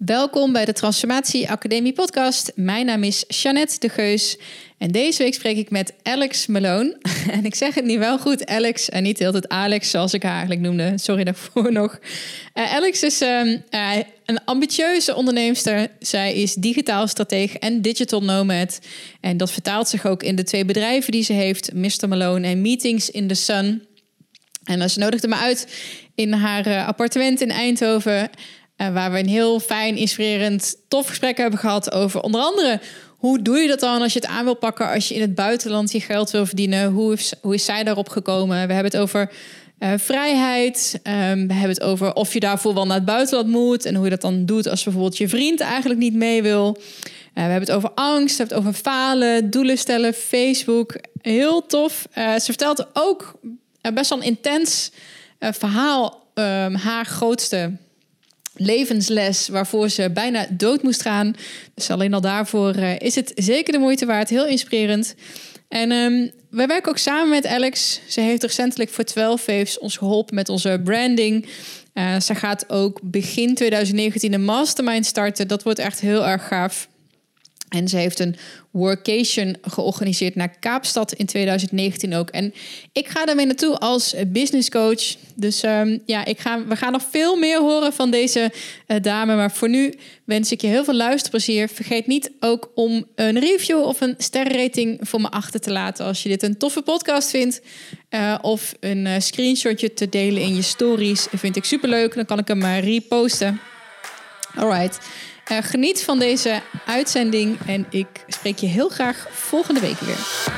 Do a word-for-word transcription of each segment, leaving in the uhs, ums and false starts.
Welkom bij de Transformatie Academie podcast. Mijn naam is Jeannette de Geus en deze week spreek ik met Alex Malone. En ik zeg het niet wel goed, Alex, en niet heel het Alex zoals ik haar eigenlijk noemde. Sorry daarvoor nog. Uh, Alex is uh, uh, een ambitieuze onderneemster. Zij is digitaal stratege en digital nomad. En dat vertaalt zich ook in de twee bedrijven die ze heeft, mister Malone en Meetings in the Sun. En uh, ze nodigde me uit in haar uh, appartement in Eindhoven, Uh, waar we een heel fijn, inspirerend, tof gesprek hebben gehad over onder andere hoe doe je dat dan als je het aan wil pakken als je in het buitenland je geld wil verdienen. Hoe is, hoe is zij daarop gekomen? We hebben het over uh, vrijheid. Um, we hebben het over of je daarvoor wel naar het buitenland moet en hoe je dat dan doet als bijvoorbeeld je vriend eigenlijk niet mee wil. Uh, we hebben het over angst, we hebben het over falen, doelen stellen, Facebook. Heel tof. Uh, ze vertelt ook uh, best wel een intens uh, verhaal. Um, haar grootste levensles waarvoor ze bijna dood moest gaan. Dus alleen al daarvoor uh, is het zeker de moeite waard. Heel inspirerend. En um, wij werken ook samen met Alex. Ze heeft recentelijk voor twaalf Waves ons geholpen met onze branding. Uh, ze gaat ook begin twintig negentien een mastermind starten. Dat wordt echt heel erg gaaf. En ze heeft een workation georganiseerd naar Kaapstad in twintig negentien ook. En ik ga daarmee naartoe als business coach. Dus um, ja, ik ga, we gaan nog veel meer horen van deze uh, dame. Maar voor nu wens ik je heel veel luisterplezier. Vergeet niet ook om een review of een sterrenrating voor me achter te laten als je dit een toffe podcast vindt. Uh, of een uh, screenshotje te delen in je stories. Vind ik superleuk. Dan kan ik hem uh, reposten. Alright. Uh, geniet van deze uitzending en ik spreek je heel graag volgende week weer.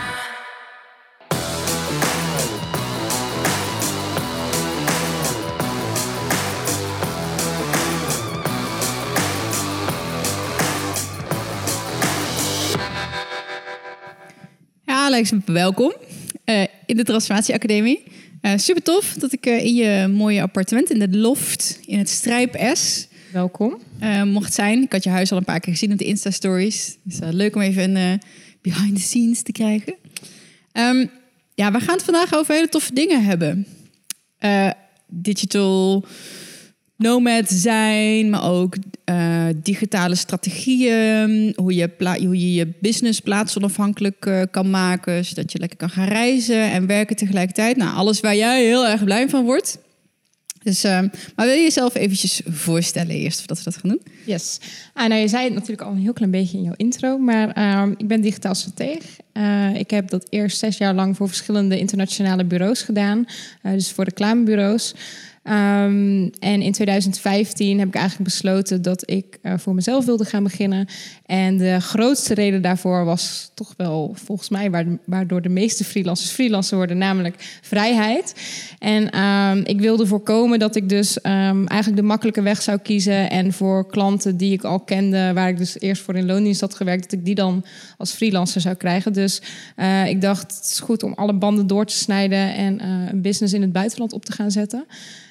Ja, Alex, welkom uh, in de Transformatie Academie. Uh, super tof dat ik uh, in je mooie appartement in de loft in het Strijp S... Welkom. Uh, mocht zijn. Ik had je huis al een paar keer gezien op de Insta-stories. Dus uh, leuk om even een uh, behind the scenes te krijgen. Um, ja, we gaan het vandaag over hele toffe dingen hebben. Uh, digital nomad zijn, maar ook uh, digitale strategieën. Hoe je, pla- hoe je je business plaatsonafhankelijk uh, kan maken. Zodat je lekker kan gaan reizen en werken tegelijkertijd. Nou, alles waar jij heel erg blij van wordt. Dus, uh, maar wil je jezelf eventjes voorstellen eerst, voordat we dat gaan doen? Yes. Ah, nou, je zei het natuurlijk al een heel klein beetje in jouw intro, maar uh, ik ben digitaal stratege. Uh, ik heb dat eerst zes jaar lang voor verschillende internationale bureaus gedaan. Uh, dus voor reclamebureaus. Um, en in twintig vijftien heb ik eigenlijk besloten dat ik uh, voor mezelf wilde gaan beginnen. En de grootste reden daarvoor was toch wel volgens mij waardoor de meeste freelancers freelancer worden, namelijk vrijheid. En um, ik wilde voorkomen dat ik dus um, eigenlijk de makkelijke weg zou kiezen. En voor klanten die ik al kende, waar ik dus eerst voor in loondienst had gewerkt, dat ik die dan als freelancer zou krijgen. Dus uh, ik dacht, het is goed om alle banden door te snijden en uh, een business in het buitenland op te gaan zetten.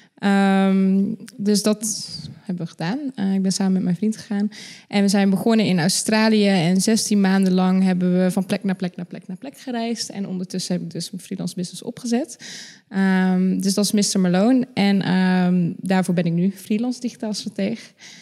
Um, dus dat hebben we gedaan. Uh, ik ben samen met mijn vriend gegaan. En we zijn begonnen in Australië. En zestien maanden lang hebben we van plek naar plek naar plek naar plek gereisd. En ondertussen heb ik dus mijn freelance business opgezet. Um, dus dat is mister Malone. En um, daarvoor ben ik nu freelance digitaal stratege.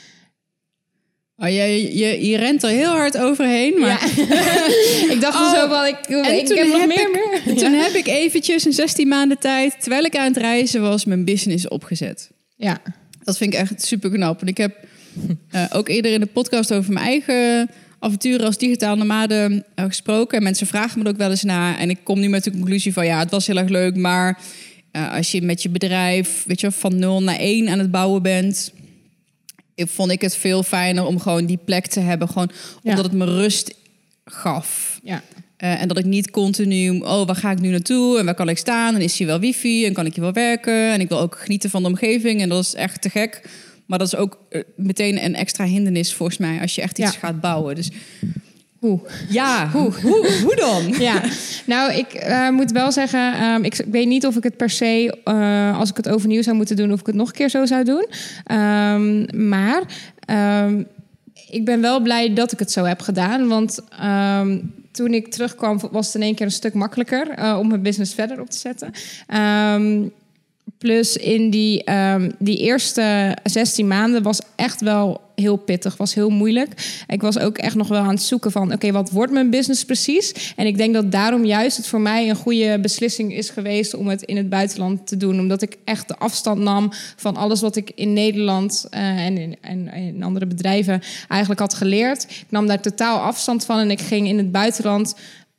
Oh, je, je, je rent er heel hard overheen. Maar... Ja. Ik dacht oh, zo wel, ik, ik heb nog meer, ik, meer. Toen ja. heb ik eventjes in zestien maanden tijd, terwijl ik aan het reizen was, mijn business opgezet. Ja. Dat vind ik echt super knap. En ik heb uh, ook eerder in de podcast over mijn eigen avonturen als digitaal nomade uh, gesproken. En mensen vragen me er ook wel eens naar. En ik kom nu met de conclusie van ja, het was heel erg leuk. Maar uh, als je met je bedrijf, weet je, van nul naar één aan het bouwen bent, vond ik het veel fijner om gewoon die plek te hebben. Gewoon omdat ja. het me rust gaf. Ja. Uh, en dat ik niet continu, oh, waar ga ik nu naartoe? En waar kan ik staan? En is hier wel wifi? En kan ik hier wel werken? En ik wil ook genieten van de omgeving. En dat is echt te gek. Maar dat is ook uh, meteen een extra hindernis volgens mij als je echt iets ja. gaat bouwen. Dus hoe? Ja, hoe? hoe, hoe dan? Ja, nou, ik uh, moet wel zeggen, um, ik, ik weet niet of ik het per se, uh, als ik het overnieuw zou moeten doen, of ik het nog een keer zo zou doen. Um, maar um, ik ben wel blij dat ik het zo heb gedaan, want um, toen ik terugkwam was het in één keer een stuk makkelijker uh, om mijn business verder op te zetten. Um, Plus in die, um, die eerste zestien maanden was echt wel heel pittig, was heel moeilijk. Ik was ook echt nog wel aan het zoeken van, oké, okay, wat wordt mijn business precies? En ik denk dat daarom juist het voor mij een goede beslissing is geweest om het in het buitenland te doen. Omdat ik echt de afstand nam van alles wat ik in Nederland uh, en, in, en in andere bedrijven eigenlijk had geleerd. Ik nam daar totaal afstand van en ik ging in het buitenland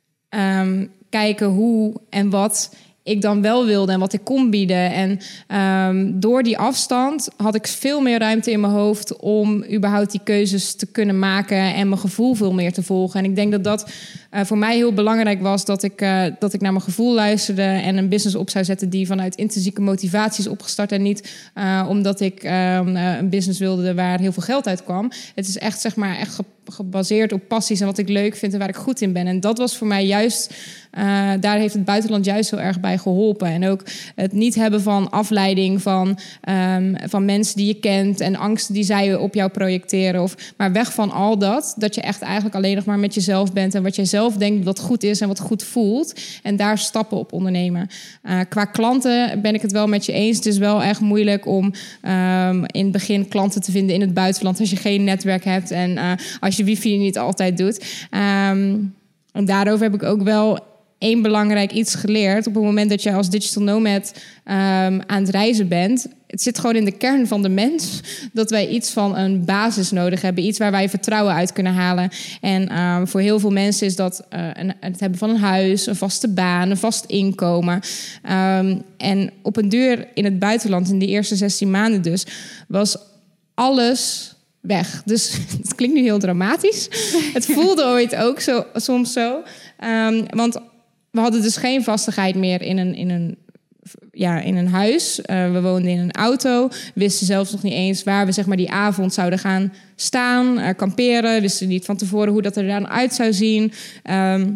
um, kijken hoe en wat ik dan wel wilde en wat ik kon bieden. En um, door die afstand had ik veel meer ruimte in mijn hoofd om überhaupt die keuzes te kunnen maken en mijn gevoel veel meer te volgen. En ik denk dat dat uh, voor mij heel belangrijk was, dat ik, uh, dat ik naar mijn gevoel luisterde en een business op zou zetten die vanuit intrinsieke motivatie is opgestart en niet uh, omdat ik uh, een business wilde waar heel veel geld uit kwam. Het is echt, zeg maar, echt gebaseerd op passies en wat ik leuk vind en waar ik goed in ben. En dat was voor mij juist, uh, daar heeft het buitenland juist heel erg bij geholpen. En ook het niet hebben van afleiding van, um, van mensen die je kent en angsten die zij op jou projecteren. Of, maar weg van al dat, dat je echt eigenlijk alleen nog maar met jezelf bent en wat jij zelf denkt wat goed is en wat goed voelt. En daar stappen op ondernemen. Uh, qua klanten ben ik het wel met je eens. Het is wel echt moeilijk om um, in het begin klanten te vinden in het buitenland als je geen netwerk hebt en uh, als je wifi niet altijd doet. Um, en daarover heb ik ook wel één belangrijk iets geleerd. Op het moment dat je als digital nomad um, aan het reizen bent, het zit gewoon in de kern van de mens dat wij iets van een basis nodig hebben. Iets waar wij vertrouwen uit kunnen halen. En um, voor heel veel mensen is dat uh, een, het hebben van een huis, een vaste baan, een vast inkomen. Um, en op een duur in het buitenland, in die eerste zestien maanden dus, was alles weg. Dus het klinkt nu heel dramatisch. Het voelde ooit ook zo, soms zo. Um, want we hadden dus geen vastigheid meer in een, in een, ja, in een huis. Uh, we woonden in een auto. We wisten zelfs nog niet eens waar we, zeg maar, die avond zouden gaan staan. Uh, kamperen. We wisten niet van tevoren hoe dat er dan uit zou zien. Um,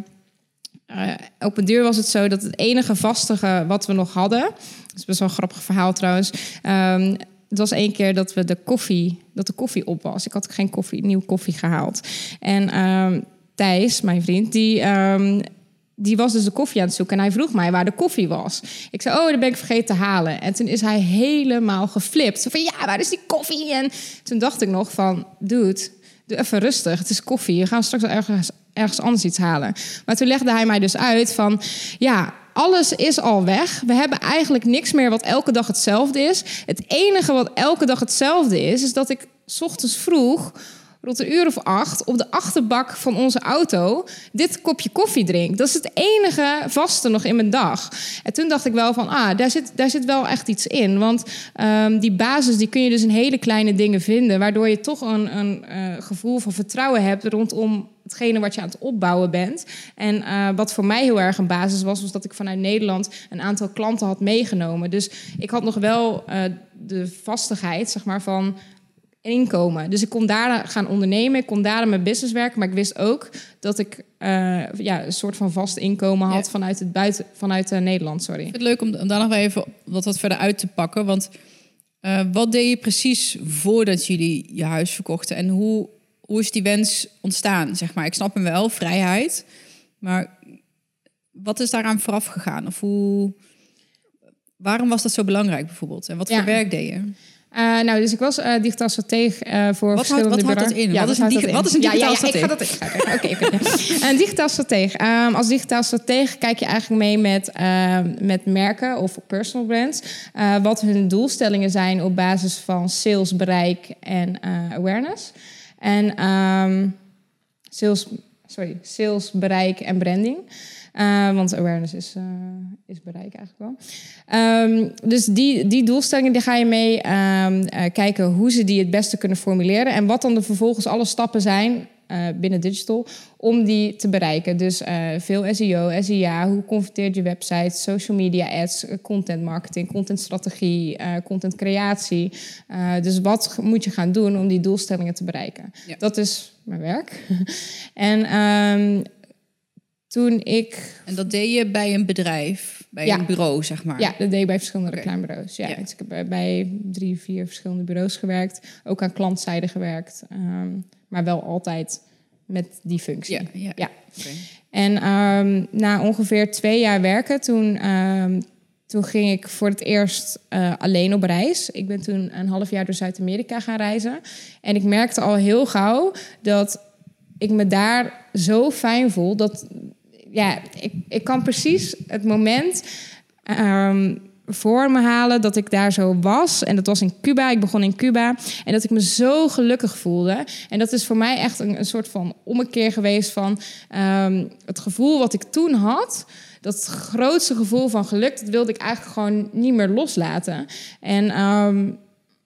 uh, op een deur was het zo dat het enige vastige wat we nog hadden, dat is best wel een grappig verhaal trouwens, Um, het was één keer dat we de koffie, dat de koffie op was. Ik had geen koffie, nieuw koffie gehaald. En um, Thijs, mijn vriend, die, um, die was dus de koffie aan het zoeken. En hij vroeg mij waar de koffie was. Ik zei, oh, dat ben ik vergeten te halen. En toen is hij helemaal geflipt. Zo van, ja, waar is die koffie? En toen dacht ik nog van, dude, doe even rustig. Het is koffie. We gaan straks wel ergens, ergens anders iets halen. Maar toen legde hij mij dus uit van, ja, alles is al weg. We hebben eigenlijk niks meer wat elke dag hetzelfde is. Het enige wat elke dag hetzelfde is, is dat ik 's ochtends vroeg, rond een uur of acht, op de achterbak van onze auto dit kopje koffie drink. Dat is het enige vaste nog in mijn dag. En toen dacht ik wel van, ah, daar zit, daar zit wel echt iets in. Want um, die basis, die kun je dus in hele kleine dingen vinden, waardoor je toch een, een uh, gevoel van vertrouwen hebt rondom hetgene wat je aan het opbouwen bent. En uh, wat voor mij heel erg een basis was, was dat ik vanuit Nederland een aantal klanten had meegenomen. Dus ik had nog wel uh, de vastigheid, zeg maar, van inkomen. Dus ik kon daar gaan ondernemen, ik kon daar aan mijn business werken, maar ik wist ook dat ik uh, ja, een soort van vast inkomen had, ja, vanuit het buiten, vanuit uh, Nederland, sorry. Ik vind het leuk om, om daar nog even wat, wat verder uit te pakken, want uh, wat deed je precies voordat jullie je huis verkochten en hoe, hoe is die wens ontstaan, zeg maar? Ik snap hem wel, vrijheid, maar wat is daaraan vooraf gegaan? Of hoe, waarom was dat zo belangrijk bijvoorbeeld? En wat voor ja. werk deed je? Uh, nou, dus ik was uh, digitaal stratege uh, voor wat verschillende houdt, Wat houdt dat in? Ja, wat, is een dig- wat is een digitaal ja, ja, ja, stratege? Ik ga dat Oké, okay, okay. Een digitaal stratege. Um, als digitaal stratege kijk je eigenlijk mee met, uh, met merken of personal brands. Uh, wat hun doelstellingen zijn op basis van sales, bereik en uh, awareness. En um, sales, sorry, sales, bereik en branding. Uh, want awareness is, uh, is bereik eigenlijk wel. Um, dus die, die doelstellingen, die ga je mee um, uh, kijken hoe ze die het beste kunnen formuleren. En wat dan de vervolgens alle stappen zijn uh, binnen digital om die te bereiken. Dus uh, veel S E O, S E A, hoe converteert je website, social media ads, content marketing, contentstrategie, uh, contentcreatie. Uh, dus wat moet je gaan doen om die doelstellingen te bereiken? Ja. Dat is mijn werk. en um, Toen ik... En dat deed je bij een bedrijf, bij ja. een bureau, zeg maar? Ja, dat deed ik bij verschillende okay. reclamebureaus. Ja. Ja. Dus ik heb bij drie, vier verschillende bureaus gewerkt. Ook aan klantzijde gewerkt. Um, maar wel altijd met die functie. Ja, ja. ja. Okay. En um, na ongeveer twee jaar werken, toen um, toen ging ik voor het eerst uh, alleen op reis. Ik ben toen een half jaar door Zuid-Amerika gaan reizen. En ik merkte al heel gauw dat ik me daar zo fijn voel. Dat, ja, ik, ik kan precies het moment um, voor me halen dat ik daar zo was. En dat was in Cuba. Ik begon in Cuba. En dat ik me zo gelukkig voelde. En dat is voor mij echt een, een soort van ommekeer geweest van um, het gevoel wat ik toen had. Dat grootste gevoel van geluk, dat wilde ik eigenlijk gewoon niet meer loslaten. En um,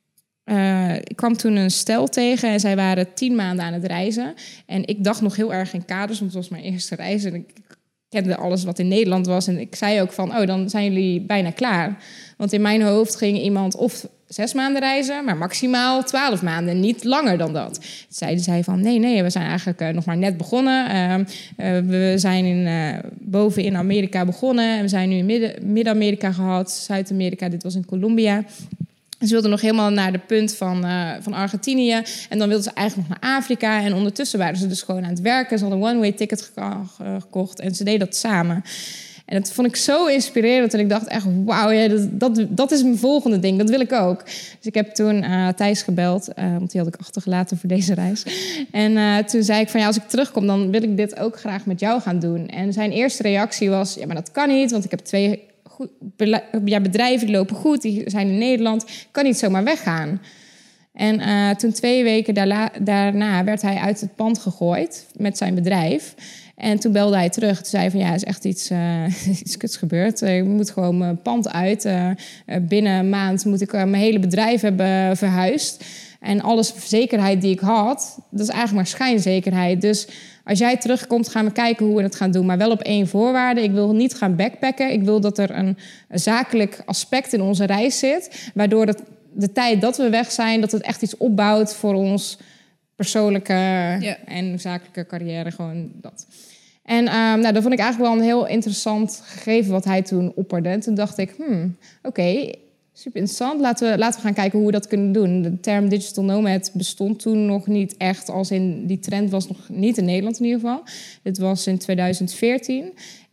uh, ik kwam toen een stel tegen en zij waren tien maanden aan het reizen. En ik dacht nog heel erg in kaders, want het was mijn eerste reis. En ik kende alles wat in Nederland was. En ik zei ook van, oh, dan zijn jullie bijna klaar. Want in mijn hoofd ging iemand of zes maanden reizen, maar maximaal twaalf maanden, niet langer dan dat. Toen zeiden zij van, nee, nee, we zijn eigenlijk uh, nog maar net begonnen. Uh, uh, we zijn in, uh, boven in Amerika begonnen. En we zijn nu in Midden- Midden-Amerika gehad, Zuid-Amerika, dit was in Colombia. Ze wilden nog helemaal naar de punt van, uh, van Argentinië. En dan wilden ze eigenlijk nog naar Afrika. En ondertussen waren ze dus gewoon aan het werken. Ze hadden een one-way ticket geko- gekocht en ze deden dat samen. En dat vond ik zo inspirerend. En ik dacht echt, wauw, ja, dat, dat, dat is mijn volgende ding. Dat wil ik ook. Dus ik heb toen uh, Thijs gebeld. Uh, want die had ik achtergelaten voor deze reis. En uh, toen zei ik van, ja, als ik terugkom, dan wil ik dit ook graag met jou gaan doen. En zijn eerste reactie was, ja, maar dat kan niet. Want ik heb twee goed, ja, bedrijven, die lopen goed. Die zijn in Nederland. Ik kan niet zomaar weggaan. En uh, toen twee weken daarla, daarna werd hij uit het pand gegooid met zijn bedrijf. En toen belde hij terug. Toen zei hij van, ja, er is echt iets, uh, iets kuts gebeurd. Ik moet gewoon mijn pand uit. Uh, binnen een maand moet ik uh, mijn hele bedrijf hebben verhuisd. En alle zekerheid die ik had, dat is eigenlijk maar schijnzekerheid. Dus als jij terugkomt, gaan we kijken hoe we het gaan doen. Maar wel op één voorwaarde. Ik wil niet gaan backpacken. Ik wil dat er een, een zakelijk aspect in onze reis zit. Waardoor het, de tijd dat we weg zijn, dat het echt iets opbouwt voor ons persoonlijke ja. en zakelijke carrière. Gewoon dat. En um, nou, dat vond ik eigenlijk wel een heel interessant gegeven wat hij toen opperde. En toen dacht ik, hmm, oké, okay, super interessant. Laten we, laten we gaan kijken hoe we dat kunnen doen. De term digital nomad bestond toen nog niet echt. Als in, die trend was nog niet in Nederland in ieder geval. Dit was in tweeduizend veertien.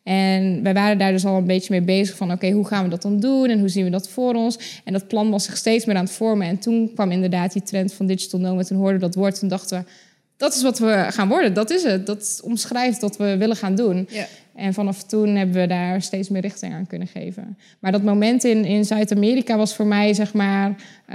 En wij waren daar dus al een beetje mee bezig van, oké, okay, hoe gaan we dat dan doen en hoe zien we dat voor ons? En dat plan was zich steeds meer aan het vormen. En toen kwam inderdaad die trend van digital nomad. Toen hoorden we dat woord en dachten we, dat is wat we gaan worden. Dat is het. Dat omschrijft wat we willen gaan doen. Ja. En vanaf toen hebben we daar steeds meer richting aan kunnen geven. Maar dat moment in, in Zuid-Amerika was voor mij, zeg maar,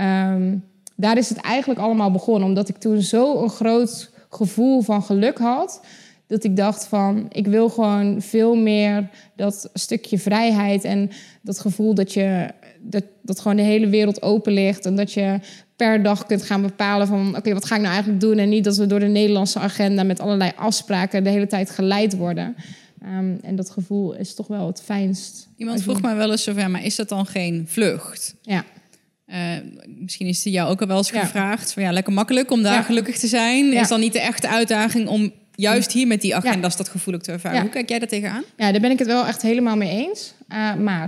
Um, daar is het eigenlijk allemaal begonnen. Omdat ik toen zo een groot gevoel van geluk had, dat ik dacht van, ik wil gewoon veel meer dat stukje vrijheid en dat gevoel dat je dat, dat gewoon de hele wereld open ligt en dat je per dag kunt gaan bepalen van, oké, okay, wat ga ik nou eigenlijk doen? En niet dat we door de Nederlandse agenda met allerlei afspraken de hele tijd geleid worden. Um, en dat gevoel is toch wel het fijnst. Iemand vroeg mij wel eens zover, maar is dat dan geen vlucht? Ja. Uh, misschien is die jou ook al wel eens ja. gevraagd. Van, ja, lekker makkelijk om daar ja. gelukkig te zijn. Ja. Is dan niet de echte uitdaging om juist hier met die agenda's ja. dat gevoel ook te ervaren? Ja. Hoe kijk jij daar tegenaan? Ja, daar ben ik het wel echt helemaal mee eens. Uh, maar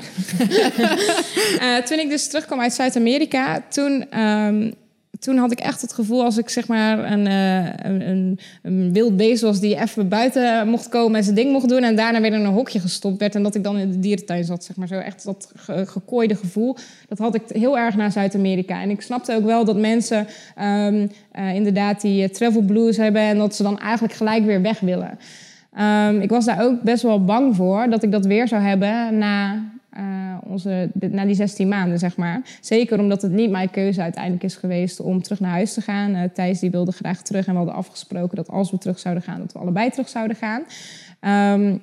uh, toen ik dus terugkwam uit Zuid-Amerika, toen, um, toen had ik echt het gevoel als ik zeg maar een, uh, een, een, een wild beest was die even buiten mocht komen en zijn ding mocht doen en daarna weer in een hokje gestopt werd en dat ik dan in de dierentuin zat, zeg maar zo echt dat ge- gekooide gevoel. Dat had ik heel erg naar Zuid-Amerika. En ik snapte ook wel dat mensen um, uh, inderdaad die uh, travel blues hebben en dat ze dan eigenlijk gelijk weer weg willen. Um, ik was daar ook best wel bang voor dat ik dat weer zou hebben na, uh, onze, na die zestien maanden, zeg maar. Zeker omdat het niet mijn keuze uiteindelijk is geweest om terug naar huis te gaan. Uh, Thijs die wilde graag terug en we hadden afgesproken dat als we terug zouden gaan, dat we allebei terug zouden gaan. Um,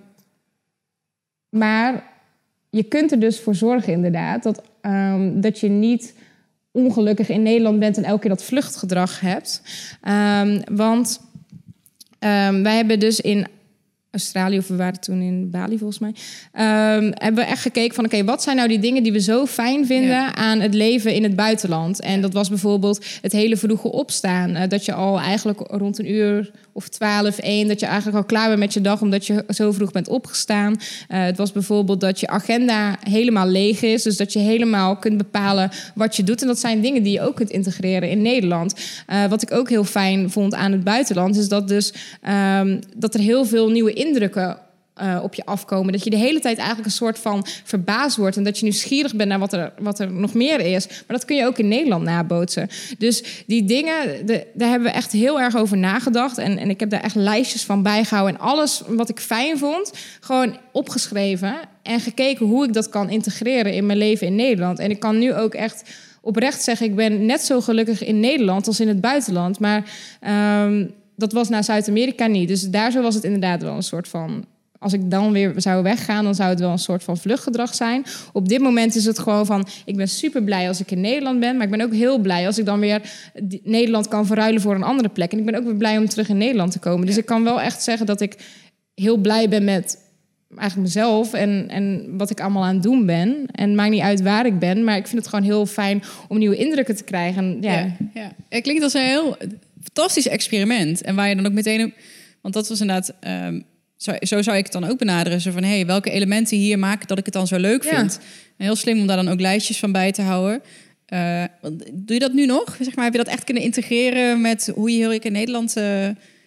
maar je kunt er dus voor zorgen inderdaad dat, um, dat je niet ongelukkig in Nederland bent en elke keer dat vluchtgedrag hebt. Um, want um, wij hebben dus in Australië, of we waren toen in Bali volgens mij, um, hebben we echt gekeken van, oké, okay, wat zijn nou die dingen die we zo fijn vinden ja. aan het leven in het buitenland? En dat was bijvoorbeeld het hele vroege opstaan. Uh, dat je al eigenlijk rond een uur of twaalf, één, dat je eigenlijk al klaar bent met je dag omdat je zo vroeg bent opgestaan. Uh, het was bijvoorbeeld dat je agenda helemaal leeg is, dus dat je helemaal kunt bepalen wat je doet. En dat zijn dingen die je ook kunt integreren in Nederland. Uh, wat ik ook heel fijn vond aan het buitenland, is dat dus um, dat er heel veel nieuwe indrukken Uh, op je afkomen. Dat je de hele tijd eigenlijk een soort van verbaasd wordt. En dat je nieuwsgierig bent naar wat er, wat er nog meer is. Maar dat kun je ook in Nederland nabootsen. Dus die dingen, de, daar hebben we echt heel erg over nagedacht. En, en ik heb daar echt lijstjes van bijgehouden. En alles wat ik fijn vond, gewoon opgeschreven. En gekeken hoe ik dat kan integreren in mijn leven in Nederland. En ik kan nu ook echt oprecht zeggen, ik ben net zo gelukkig in Nederland als in het buitenland. Maar um, dat was naar Zuid-Amerika niet. Dus daar zo was het inderdaad wel een soort van... Als ik dan weer zou weggaan, dan zou het wel een soort van vluchtgedrag zijn. Op dit moment is het gewoon van... ik ben super blij als ik in Nederland ben... maar ik ben ook heel blij als ik dan weer Nederland kan verruilen voor een andere plek. En ik ben ook weer blij om terug in Nederland te komen. Dus ik kan wel echt zeggen dat ik heel blij ben met eigenlijk mezelf... en, en wat ik allemaal aan het doen ben. En het maakt niet uit waar ik ben... maar ik vind het gewoon heel fijn om nieuwe indrukken te krijgen. En, ja. Ja, ja. Het klinkt als een heel fantastisch experiment. En waar je dan ook meteen... want dat was inderdaad... Um, Zo, zo zou ik het dan ook benaderen. Zo van, hey, welke elementen hier maken dat ik het dan zo leuk vind? Ja. En heel slim om daar dan ook lijstjes van bij te houden. Uh, doe je dat nu nog? Zeg maar, heb je dat echt kunnen integreren met hoe je heel in Nederland... Uh,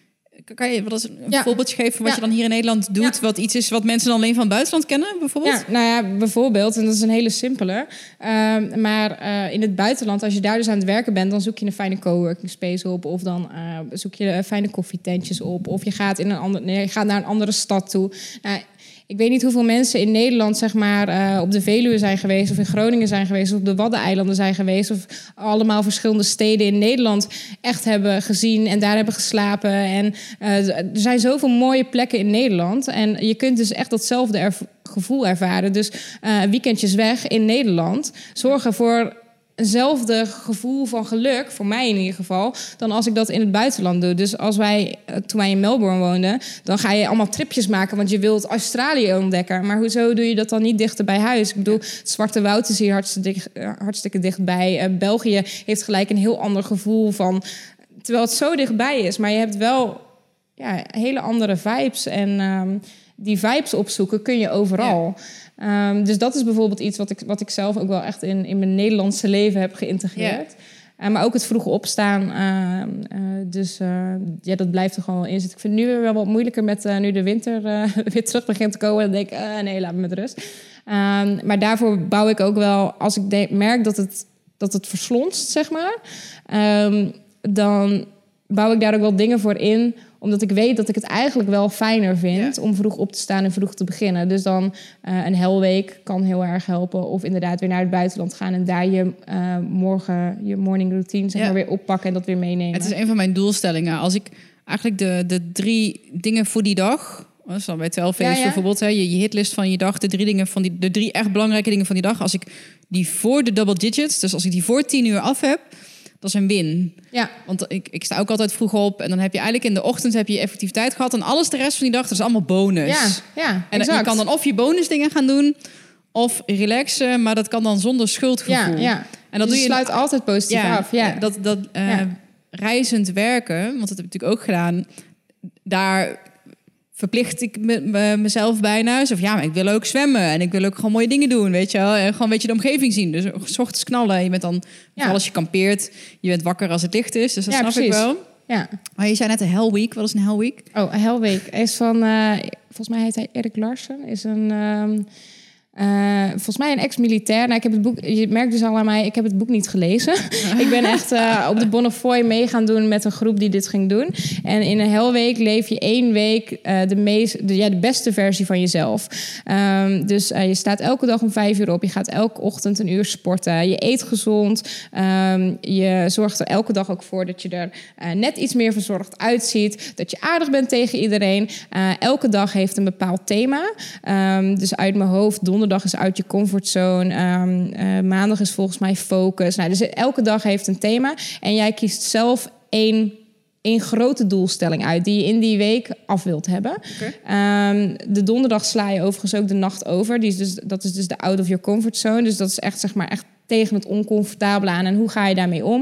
kan je wat een ja. voorbeeldje geven van wat ja. je dan hier in Nederland doet? Ja. Wat iets is wat mensen dan alleen van het buitenland kennen, bijvoorbeeld? Ja, nou ja, bijvoorbeeld. En dat is een hele simpele. Uh, maar uh, in het buitenland, als je daar dus aan het werken bent... dan zoek je een fijne coworking space op. Of dan uh, zoek je fijne koffietentjes op. Of je gaat, in een ander, nee, je gaat naar een andere stad toe. Nou, ik weet niet hoeveel mensen in Nederland zeg maar, uh, op de Veluwe zijn geweest... of in Groningen zijn geweest, of op de Waddeneilanden zijn geweest... of allemaal verschillende steden in Nederland echt hebben gezien... en daar hebben geslapen. En uh, er zijn zoveel mooie plekken in Nederland. En je kunt dus echt datzelfde erv- gevoel ervaren. Dus uh, weekendjes weg in Nederland zorgen voor... eenzelfde gevoel van geluk, voor mij in ieder geval... dan als ik dat in het buitenland doe. Dus als wij, toen wij in Melbourne woonden... dan ga je allemaal tripjes maken, want je wilt Australië ontdekken. Maar hoezo doe je dat dan niet dichter bij huis? Ik bedoel, het Zwarte Woud is hier hartstikke, dicht, hartstikke dichtbij. Uh, België heeft gelijk een heel ander gevoel van... terwijl het zo dichtbij is. Maar je hebt wel ja, hele andere vibes. En um, die vibes opzoeken kun je overal... Ja. Um, dus dat is bijvoorbeeld iets wat ik, wat ik zelf ook wel echt in, in mijn Nederlandse leven heb geïntegreerd. Yeah. Uh, maar ook het vroeg opstaan. Uh, uh, dus uh, ja, dat blijft er gewoon wel in zitten. Ik vind het nu wel wat moeilijker met uh, nu de winter uh, weer terug begint te komen. Dan denk ik, uh, nee, laat me met rust. Um, maar daarvoor bouw ik ook wel, als ik de- merk dat het, dat het verslonst, zeg maar. Um, dan bouw ik daar ook wel dingen voor in... omdat ik weet dat ik het eigenlijk wel fijner vind... Ja. om vroeg op te staan en vroeg te beginnen. Dus dan uh, een helweek kan heel erg helpen. Of inderdaad weer naar het buitenland gaan... en daar je uh, morgen, je morning routine zeg ja. maar weer oppakken... en dat weer meenemen. Het is een van mijn doelstellingen. Als ik eigenlijk de, de drie dingen voor die dag... dat is dan bij twaalf Face ja, ja. bijvoorbeeld... Hè, je, je hitlist van je dag, de drie, dingen van die, de drie echt belangrijke dingen van die dag... als ik die voor de double digits... dus als ik die voor tien uur af heb... dat is een win. Ja. Want ik, ik sta ook altijd vroeg op... en dan heb je eigenlijk in de ochtend heb je effectiviteit gehad... en alles de rest van die dag, dat is allemaal bonus. Ja, ja, en exact. je kan dan of je bonusdingen gaan doen... of relaxen, maar dat kan dan zonder schuldgevoel. Ja, ja. En dat dus doe je sluit altijd positief ja, af. Ja. Dat, dat uh, ja. reizend werken, want dat heb ik natuurlijk ook gedaan... daar... verplicht ik me, me, mezelf bijna. Of ja, maar ik wil ook zwemmen. En ik wil ook gewoon mooie dingen doen, weet je wel. En gewoon een beetje de omgeving zien. Dus 's ochtends knallen. Je bent dan, ja. als je kampeert... je bent wakker als het licht is. Dus dat ja, snap precies. ik wel. Ja. Maar je zei net een Hell Week. Wat is een Hell Week? Oh, een Hell Week is van... Uh, volgens mij heet hij Erik Larsen. Is een... Um, Uh, volgens mij een ex-militair. Nou, ik heb het boek, je merkt dus al aan mij, ik heb het boek niet gelezen. Ik ben echt uh, op de Bonnefoy mee gaan doen met een groep die dit ging doen. En in een Hellweek leef je één week uh, de, meest, de, ja, de beste versie van jezelf. Um, dus uh, je staat elke dag om vijf uur op. Je gaat elke ochtend een uur sporten. Je eet gezond. Um, je zorgt er elke dag ook voor dat je er uh, net iets meer verzorgd uitziet. Dat je aardig bent tegen iedereen. Uh, elke dag heeft een bepaald thema. Um, dus uit mijn hoofd, donderdag is uit je comfortzone. Um, uh, maandag is volgens mij focus. Nou, dus elke dag heeft een thema. En jij kiest zelf één, één grote doelstelling uit... die je in die week af wilt hebben. Okay. Um, de donderdag sla je overigens ook de nacht over. Die is dus, dat is dus de out of your comfort zone. Dus dat is echt, zeg maar, echt tegen het oncomfortabele aan. En hoe ga je daarmee om?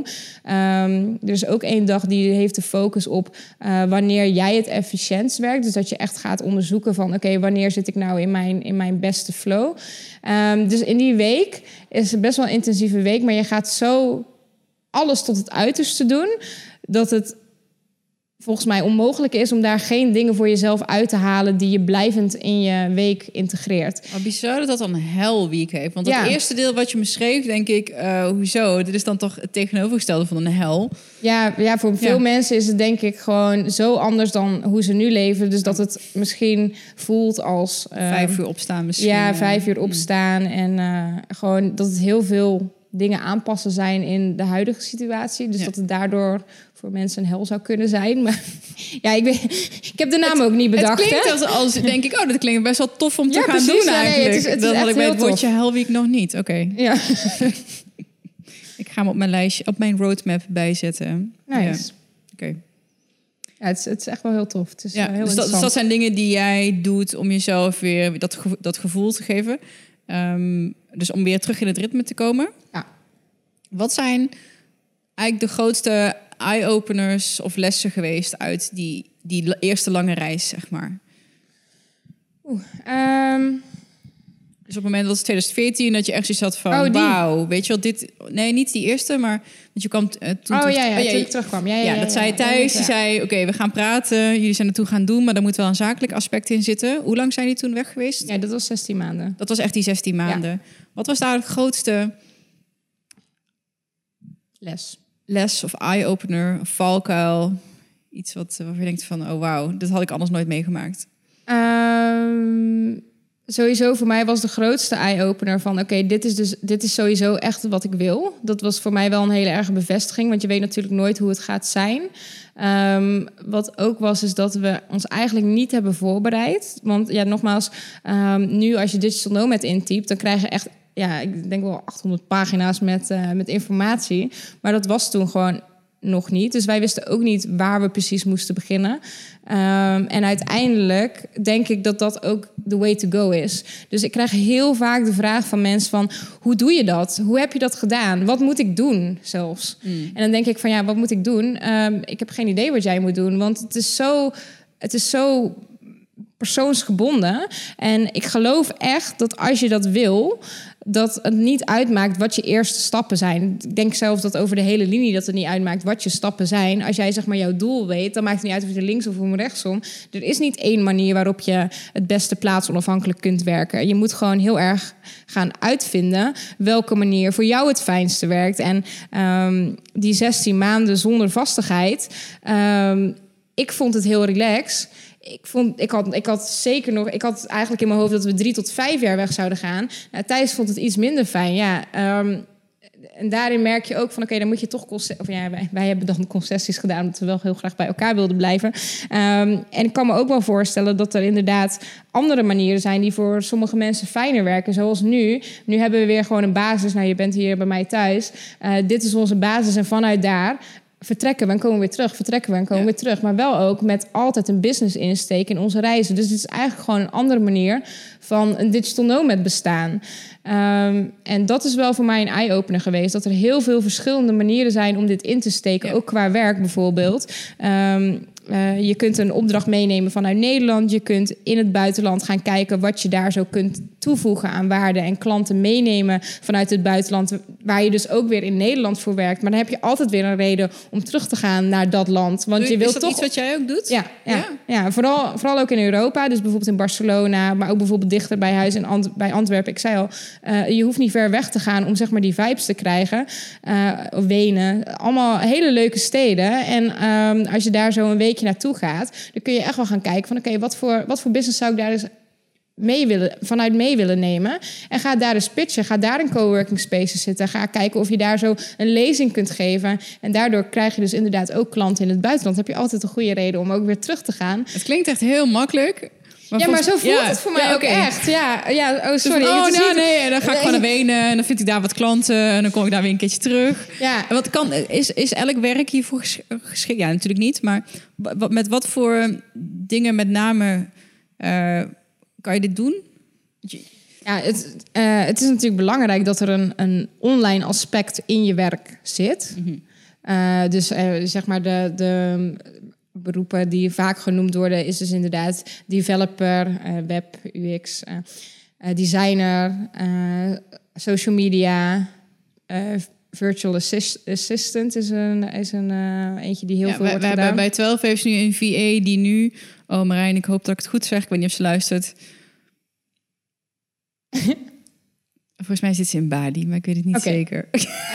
Um, er is ook één dag die heeft de focus op uh, wanneer jij het efficiëntst werkt. Dus dat je echt gaat onderzoeken van... oké, okay, wanneer zit ik nou in mijn, in mijn beste flow? Um, dus in die week is het best wel een intensieve week... maar je gaat zo alles tot het uiterste doen... dat het volgens mij onmogelijk is om daar geen dingen voor jezelf uit te halen die je blijvend in je week integreert. Maar bizar dat dat dan Hell Week heeft. Want Ja. het eerste deel wat je me schreef, denk ik, uh, hoezo? Dit is dan toch het tegenovergestelde van een hel. Ja, ja, voor veel Ja. mensen is het denk ik gewoon zo anders dan hoe ze nu leven. Dus dat het misschien voelt als... Uh, Vijf uur opstaan misschien. Ja, vijf uur uh, opstaan. En uh, gewoon dat het heel veel dingen aanpassen zijn in de huidige situatie. Dus ja. dat het daardoor voor mensen een hel zou kunnen zijn. Maar ja, ik, weet, ik heb de naam het, ook niet bedacht. Het klinkt hè? als, als denk ik, oh, dat klinkt best wel tof om te ja, gaan precies, doen ja, nee, eigenlijk. het is, het dat is had ik bij het tof. woordje Hell Week nog niet. Oké. Okay. Ja. Ik ga hem op mijn lijstje, op mijn roadmap bijzetten. Nice. Ja. Oké. Okay. Ja, het is, het is echt wel heel tof. Het is ja, heel dus, dat, dus dat zijn dingen die jij doet om jezelf weer dat, gevo- dat gevoel te geven. Um, dus om weer terug in het ritme te komen. Ja. Wat zijn eigenlijk de grootste eye-openers of lessen geweest uit die, die eerste lange reis, zeg maar? Oeh, um... Dus op het moment dat het twintig veertien, dat je echt zoiets had van... Oh, wauw, weet je wel, dit... Nee, niet die eerste, maar... Want je kwam uh, toen... Oh terug, ja, ja, oh, toen je, ik terugkwam. Ja, ja, ja, ja, dat ja, zei ja, Thijs. ja. Die zei, oké, okay, we gaan praten. Jullie zijn naartoe gaan doen, maar daar moet wel een zakelijk aspect in zitten. Hoe lang zijn die toen weg geweest? Ja, dat was zestien maanden. Dat was echt die zestien maanden. Ja. Wat was daar het grootste... Les. Les of eye-opener, of valkuil? Iets wat waarvan je denkt van, oh wauw, dat had ik anders nooit meegemaakt. Um, sowieso voor mij was de grootste eye-opener van... oké, okay, dit is dus dit is sowieso echt wat ik wil. Dat was voor mij wel een hele erge bevestiging... want je weet natuurlijk nooit hoe het gaat zijn. Um, wat ook was, is dat we ons eigenlijk niet hebben voorbereid. Want ja, nogmaals, um, nu als je Digital Nomad intypt... dan krijg je echt... ja, ik denk wel achthonderd pagina's met, uh, met informatie. Maar dat was toen gewoon nog niet. Dus wij wisten ook niet waar we precies moesten beginnen. Um, en uiteindelijk denk ik dat dat ook the way to go is. Dus ik krijg heel vaak de vraag van mensen van... hoe doe je dat? Hoe heb je dat gedaan? Wat moet ik doen zelfs? Mm. En dan denk ik van ja, wat moet ik doen? Um, ik heb geen idee wat jij moet doen. Want het is zo... Het is zo persoonsgebonden. En ik geloof echt dat als je dat wil... dat het niet uitmaakt wat je eerste stappen zijn. Ik denk zelfs dat over de hele linie dat het niet uitmaakt wat je stappen zijn. Als jij zeg maar jouw doel weet, dan maakt het niet uit of je links of om rechtsom. Er is niet één manier waarop je het beste plaatsonafhankelijk kunt werken. Je moet gewoon heel erg gaan uitvinden welke manier voor jou het fijnste werkt. En um, die zestien maanden zonder vastigheid, um, ik vond het heel relaxed. Ik, vond, ik, had, ik had zeker nog... Ik had eigenlijk in mijn hoofd dat we drie tot vijf jaar weg zouden gaan. Nou, Thijs vond het iets minder fijn, ja. Um, en daarin merk je ook van... Oké, okay, dan moet je toch... Conce- of ja, wij, wij hebben dan concessies gedaan... omdat we wel heel graag bij elkaar wilden blijven. Um, en ik kan me ook wel voorstellen dat er inderdaad... andere manieren zijn die voor sommige mensen fijner werken. Zoals nu. Nu hebben we weer gewoon een basis. Nou, je bent hier bij mij thuis. Uh, dit is onze basis en vanuit daar... vertrekken we en komen we weer terug, vertrekken we en komen we ja. weer terug. Maar wel ook met altijd een business insteek in onze reizen. Dus het is eigenlijk gewoon een andere manier van een digital nomad bestaan. Um, en dat is wel voor mij een eye-opener geweest. Dat er heel veel verschillende manieren zijn om dit in te steken. Ja. Ook qua werk bijvoorbeeld. Um, Uh, je kunt een opdracht meenemen vanuit Nederland. Je kunt in het buitenland gaan kijken wat je daar zo kunt toevoegen aan waarde. En klanten meenemen vanuit het buitenland. Waar je dus ook weer in Nederland voor werkt. Maar dan heb je altijd weer een reden om terug te gaan naar dat land. Want je, je wilt is dat toch iets wat jij ook doet? Ja, ja, ja. ja vooral, vooral ook in Europa. Dus bijvoorbeeld in Barcelona. Maar ook bijvoorbeeld dichter bij huis in Ant- bij Antwerpen. Ik zei al, uh, je hoeft niet ver weg te gaan om zeg maar die vibes te krijgen. Uh, Wenen. Allemaal hele leuke steden. En um, als je daar zo een week naartoe gaat, dan kun je echt wel gaan kijken van oké, okay, wat voor wat voor business zou ik daar dus mee willen, vanuit mee willen nemen. En ga daar eens pitchen. Ga daar in coworking spaces zitten. Ga kijken of je daar zo een lezing kunt geven. En daardoor krijg je dus inderdaad ook klanten in het buitenland. Dan heb je altijd een goede reden om ook weer terug te gaan. Het klinkt echt heel makkelijk. Maar ja, maar zo voelt ja. het voor mij ja, okay. ook echt. Ja, ja, oh, sorry. Dus, oh, nou, niet... nee, en dan ga ik gewoon naar Wenen en dan vind ik daar wat klanten en dan kom ik daar weer een keertje terug. Ja. En wat kan, is, is elk werk hiervoor geschikt? Ja, natuurlijk niet, maar wat, met wat voor dingen met name uh, kan je dit doen? Ja, het, uh, het is natuurlijk belangrijk dat er een, een online aspect in je werk zit. Mm-hmm. Uh, dus uh, zeg maar de... de beroepen die vaak genoemd worden, is dus inderdaad developer, uh, web, U X, uh, uh, designer, uh, social media, uh, virtual assist, assistant is een, is een uh, eentje die heel ja, veel wij, wordt wij gedaan. Hebben, bij twaalf heeft ze nu een V A die nu... Oh Marijn, ik hoop dat ik het goed zeg. Ik weet niet of ze luistert. Volgens mij zit ze in Bali, maar ik weet het niet okay. zeker.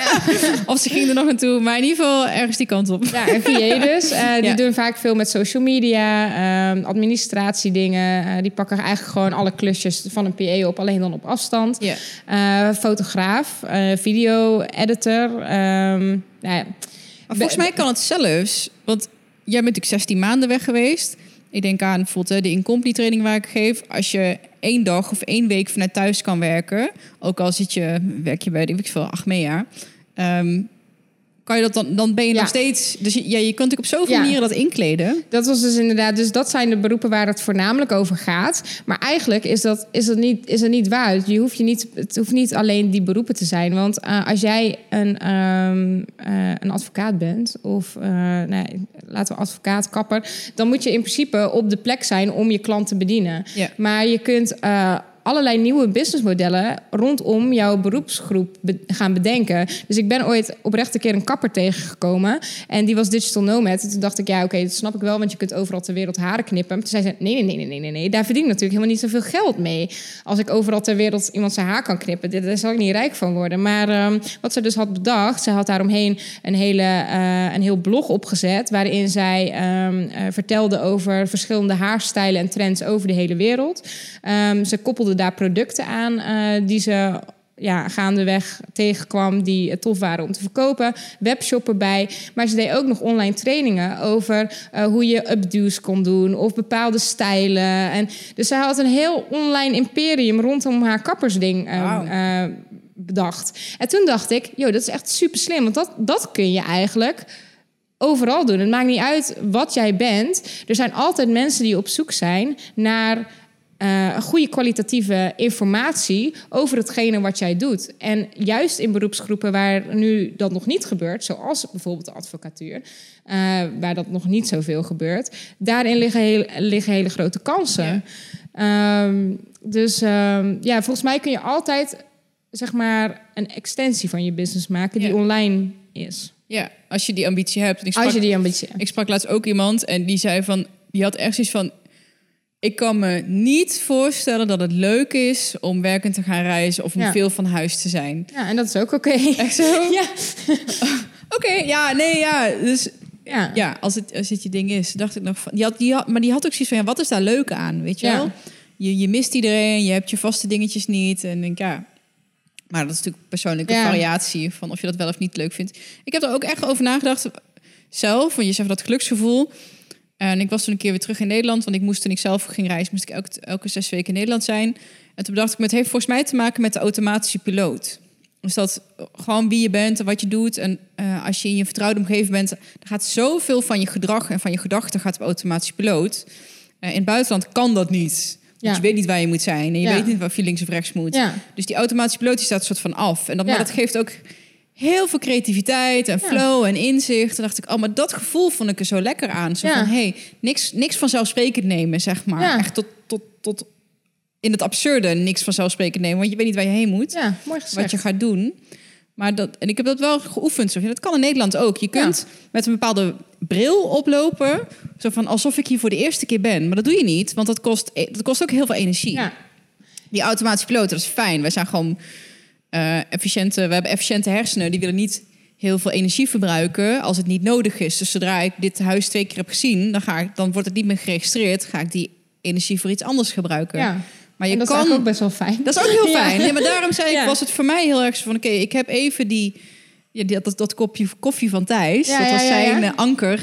Of ze ging er nog naartoe, maar in ieder geval ergens die kant op. Ja, en V A dus. Uh, die ja. doen vaak veel met social media, uh, administratiedingen. Uh, die pakken eigenlijk gewoon alle klusjes van een P A op, alleen dan op afstand. Ja. Uh, fotograaf, uh, video-editor. Um, nou ja. Maar volgens mij kan het zelfs, want jij bent natuurlijk zestien maanden weg geweest. Ik denk aan bijvoorbeeld de Incompany training waar ik geef. Als je één dag of één week vanuit thuis kan werken, ook al zit je, werk je bij, denk ik veel, Achmea, um, kan je dat dan, dan ben je ja. nog steeds... Dus je, ja, je kan natuurlijk op zoveel ja. manieren dat inkleden. Dat was dus inderdaad... Dus dat zijn de beroepen waar het voornamelijk over gaat. Maar eigenlijk is dat, is dat niet, is dat niet waar. Je hoeft je niet, het hoeft niet alleen die beroepen te zijn. Want uh, als jij een, um, uh, een advocaat bent... of uh, nee, laten we advocaat, kapper... dan moet je in principe op de plek zijn om je klant te bedienen. Ja. Maar je kunt... Uh, allerlei nieuwe businessmodellen rondom jouw beroepsgroep be- gaan bedenken. Dus ik ben ooit oprecht een keer een kapper tegengekomen. En die was digital nomad. En toen dacht ik, ja, oké, okay, dat snap ik wel, want je kunt overal ter wereld haren knippen. Maar toen zei ze, nee, nee, nee, nee, nee, nee. Daar verdien ik natuurlijk helemaal niet zoveel geld mee. Als ik overal ter wereld iemand zijn haar kan knippen, daar zal ik niet rijk van worden. Maar um, wat ze dus had bedacht, ze had daaromheen een, hele, uh, een heel blog opgezet, waarin zij um, uh, vertelde over verschillende haarstijlen en trends over de hele wereld. Um, ze koppelde daar producten aan uh, die ze ja, gaandeweg tegenkwam die tof waren om te verkopen. Webshop erbij. Maar ze deed ook nog online trainingen over uh, hoe je updo's kon doen of bepaalde stijlen. En dus zij had een heel online imperium rondom haar kappersding uh, wow. uh, bedacht. En toen dacht ik, joh, dat is echt super slim. Want dat, dat kun je eigenlijk overal doen. Het maakt niet uit wat jij bent. Er zijn altijd mensen die op zoek zijn naar Uh, een goede kwalitatieve informatie over hetgene wat jij doet. En juist in beroepsgroepen waar nu dat nog niet gebeurt, zoals bijvoorbeeld de advocatuur, uh, waar dat nog niet zoveel gebeurt, daarin liggen, heel, liggen hele grote kansen. Ja. Um, dus um, ja, volgens mij kun je altijd, zeg maar, een extensie van je business maken die ja. online is. Ja, als je die ambitie hebt. Ik sprak, als je die ambitie hebt. Ik sprak laatst ook iemand en die zei van, die had echt zoiets van, ik kan me niet voorstellen dat het leuk is om werkend te gaan reizen of om ja. veel van huis te zijn. Ja, en dat is ook oké. Okay. Echt zo? Ja. Oké, okay, ja, nee, ja. Dus ja, ja als, het, als het je ding is, dacht ik nog van... Die had, die had, maar die had ook zoiets van, ja, wat is daar leuk aan, weet je ja. wel? Je, je mist iedereen, je hebt je vaste dingetjes niet. En denk, ja... Maar dat is natuurlijk persoonlijke ja. variatie van of je dat wel of niet leuk vindt. Ik heb er ook echt over nagedacht zelf, want je zegt dat geluksgevoel... En ik was toen een keer weer terug in Nederland, want ik moest toen ik zelf ging reizen, moest ik elke, elke zes weken in Nederland zijn. En toen bedacht ik, het heeft volgens mij te maken met de automatische piloot. Dus dat gewoon wie je bent en wat je doet. En uh, als je in je vertrouwde omgeving bent, dan gaat zoveel van je gedrag en van je gedachten gaat op automatische piloot. Uh, in het buitenland kan dat niet. Want ja. je weet niet waar je moet zijn en je ja. weet niet of je links of rechts moet. Ja. Dus die automatische piloot die staat een soort van af. En dat, ja. maar dat geeft ook heel veel creativiteit en flow ja. en inzicht. En dacht ik, oh, maar dat gevoel vond ik er zo lekker aan. Zo ja. van, hey, niks, niks vanzelfsprekend nemen, zeg maar. Ja. Echt tot, tot, tot in het absurde niks vanzelfsprekend nemen. Want je weet niet waar je heen moet. Ja, mooi gezegd. Wat je gaat doen. Maar dat, en ik heb dat wel geoefend. Zo. Dat kan in Nederland ook. Je kunt ja. met een bepaalde bril oplopen. Zo van, alsof ik hier voor de eerste keer ben. Maar dat doe je niet, want dat kost, dat kost ook heel veel energie. Ja. Die automatische piloten, dat is fijn. Wij zijn gewoon... Uh, efficiënte, we hebben efficiënte hersenen. Die willen niet heel veel energie verbruiken als het niet nodig is. Dus zodra ik dit huis twee keer heb gezien, dan, ga ik, dan wordt het niet meer geregistreerd. Ga ik die energie voor iets anders gebruiken. Ja. Maar je en dat kan, is ook best wel fijn. Dat is ook heel fijn. Ja. Ja, maar daarom zei ik, ja. was het voor mij heel erg zo van, oké, okay, ik heb even die, ja, die dat, dat kopje koffie van Thijs. Ja, dat was ja, ja, zijn ja. anker.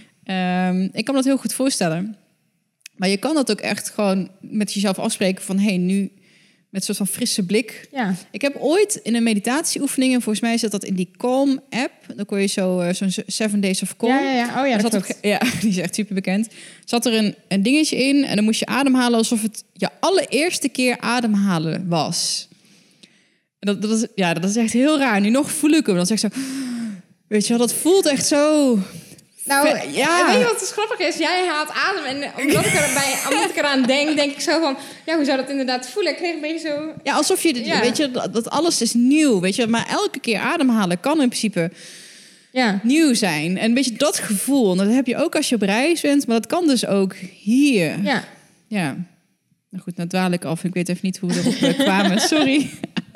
Um, ik kan me dat heel goed voorstellen. Maar je kan dat ook echt gewoon met jezelf afspreken van, hé, hey, nu met een soort van frisse blik. Ja. Ik heb ooit in een meditatieoefening, en volgens mij zit dat in die Calm-app. Dan kon je zo uh, zo'n Seven Days of Calm. Ja, ja, ja. Oh ja, dat zat op, ja, die is echt super bekend. Zat er een, een dingetje in en dan moest je ademhalen alsof het je allereerste keer ademhalen was. En dat, dat is, ja, dat is echt heel raar. Nu nog voel ik hem. Dan zeg ik zo, weet je wel, dat voelt echt zo Nou, Ve- ja. weet je wat dus grappig is? Jij haalt adem en omdat ik, erbij, omdat ik eraan denk, denk ik zo van... Ja, hoe zou dat inderdaad voelen? Ik kreeg een beetje zo... Ja, alsof je, Ja. weet je, dat, dat alles is nieuw, weet je. Maar elke keer ademhalen kan in principe Ja. nieuw zijn. En een beetje dat gevoel, en dat heb je ook als je op reis bent, maar dat kan dus ook hier. Ja. Ja. Nou goed, nou dwaal ik af. Ik weet even niet hoe we erop eh, kwamen. Sorry.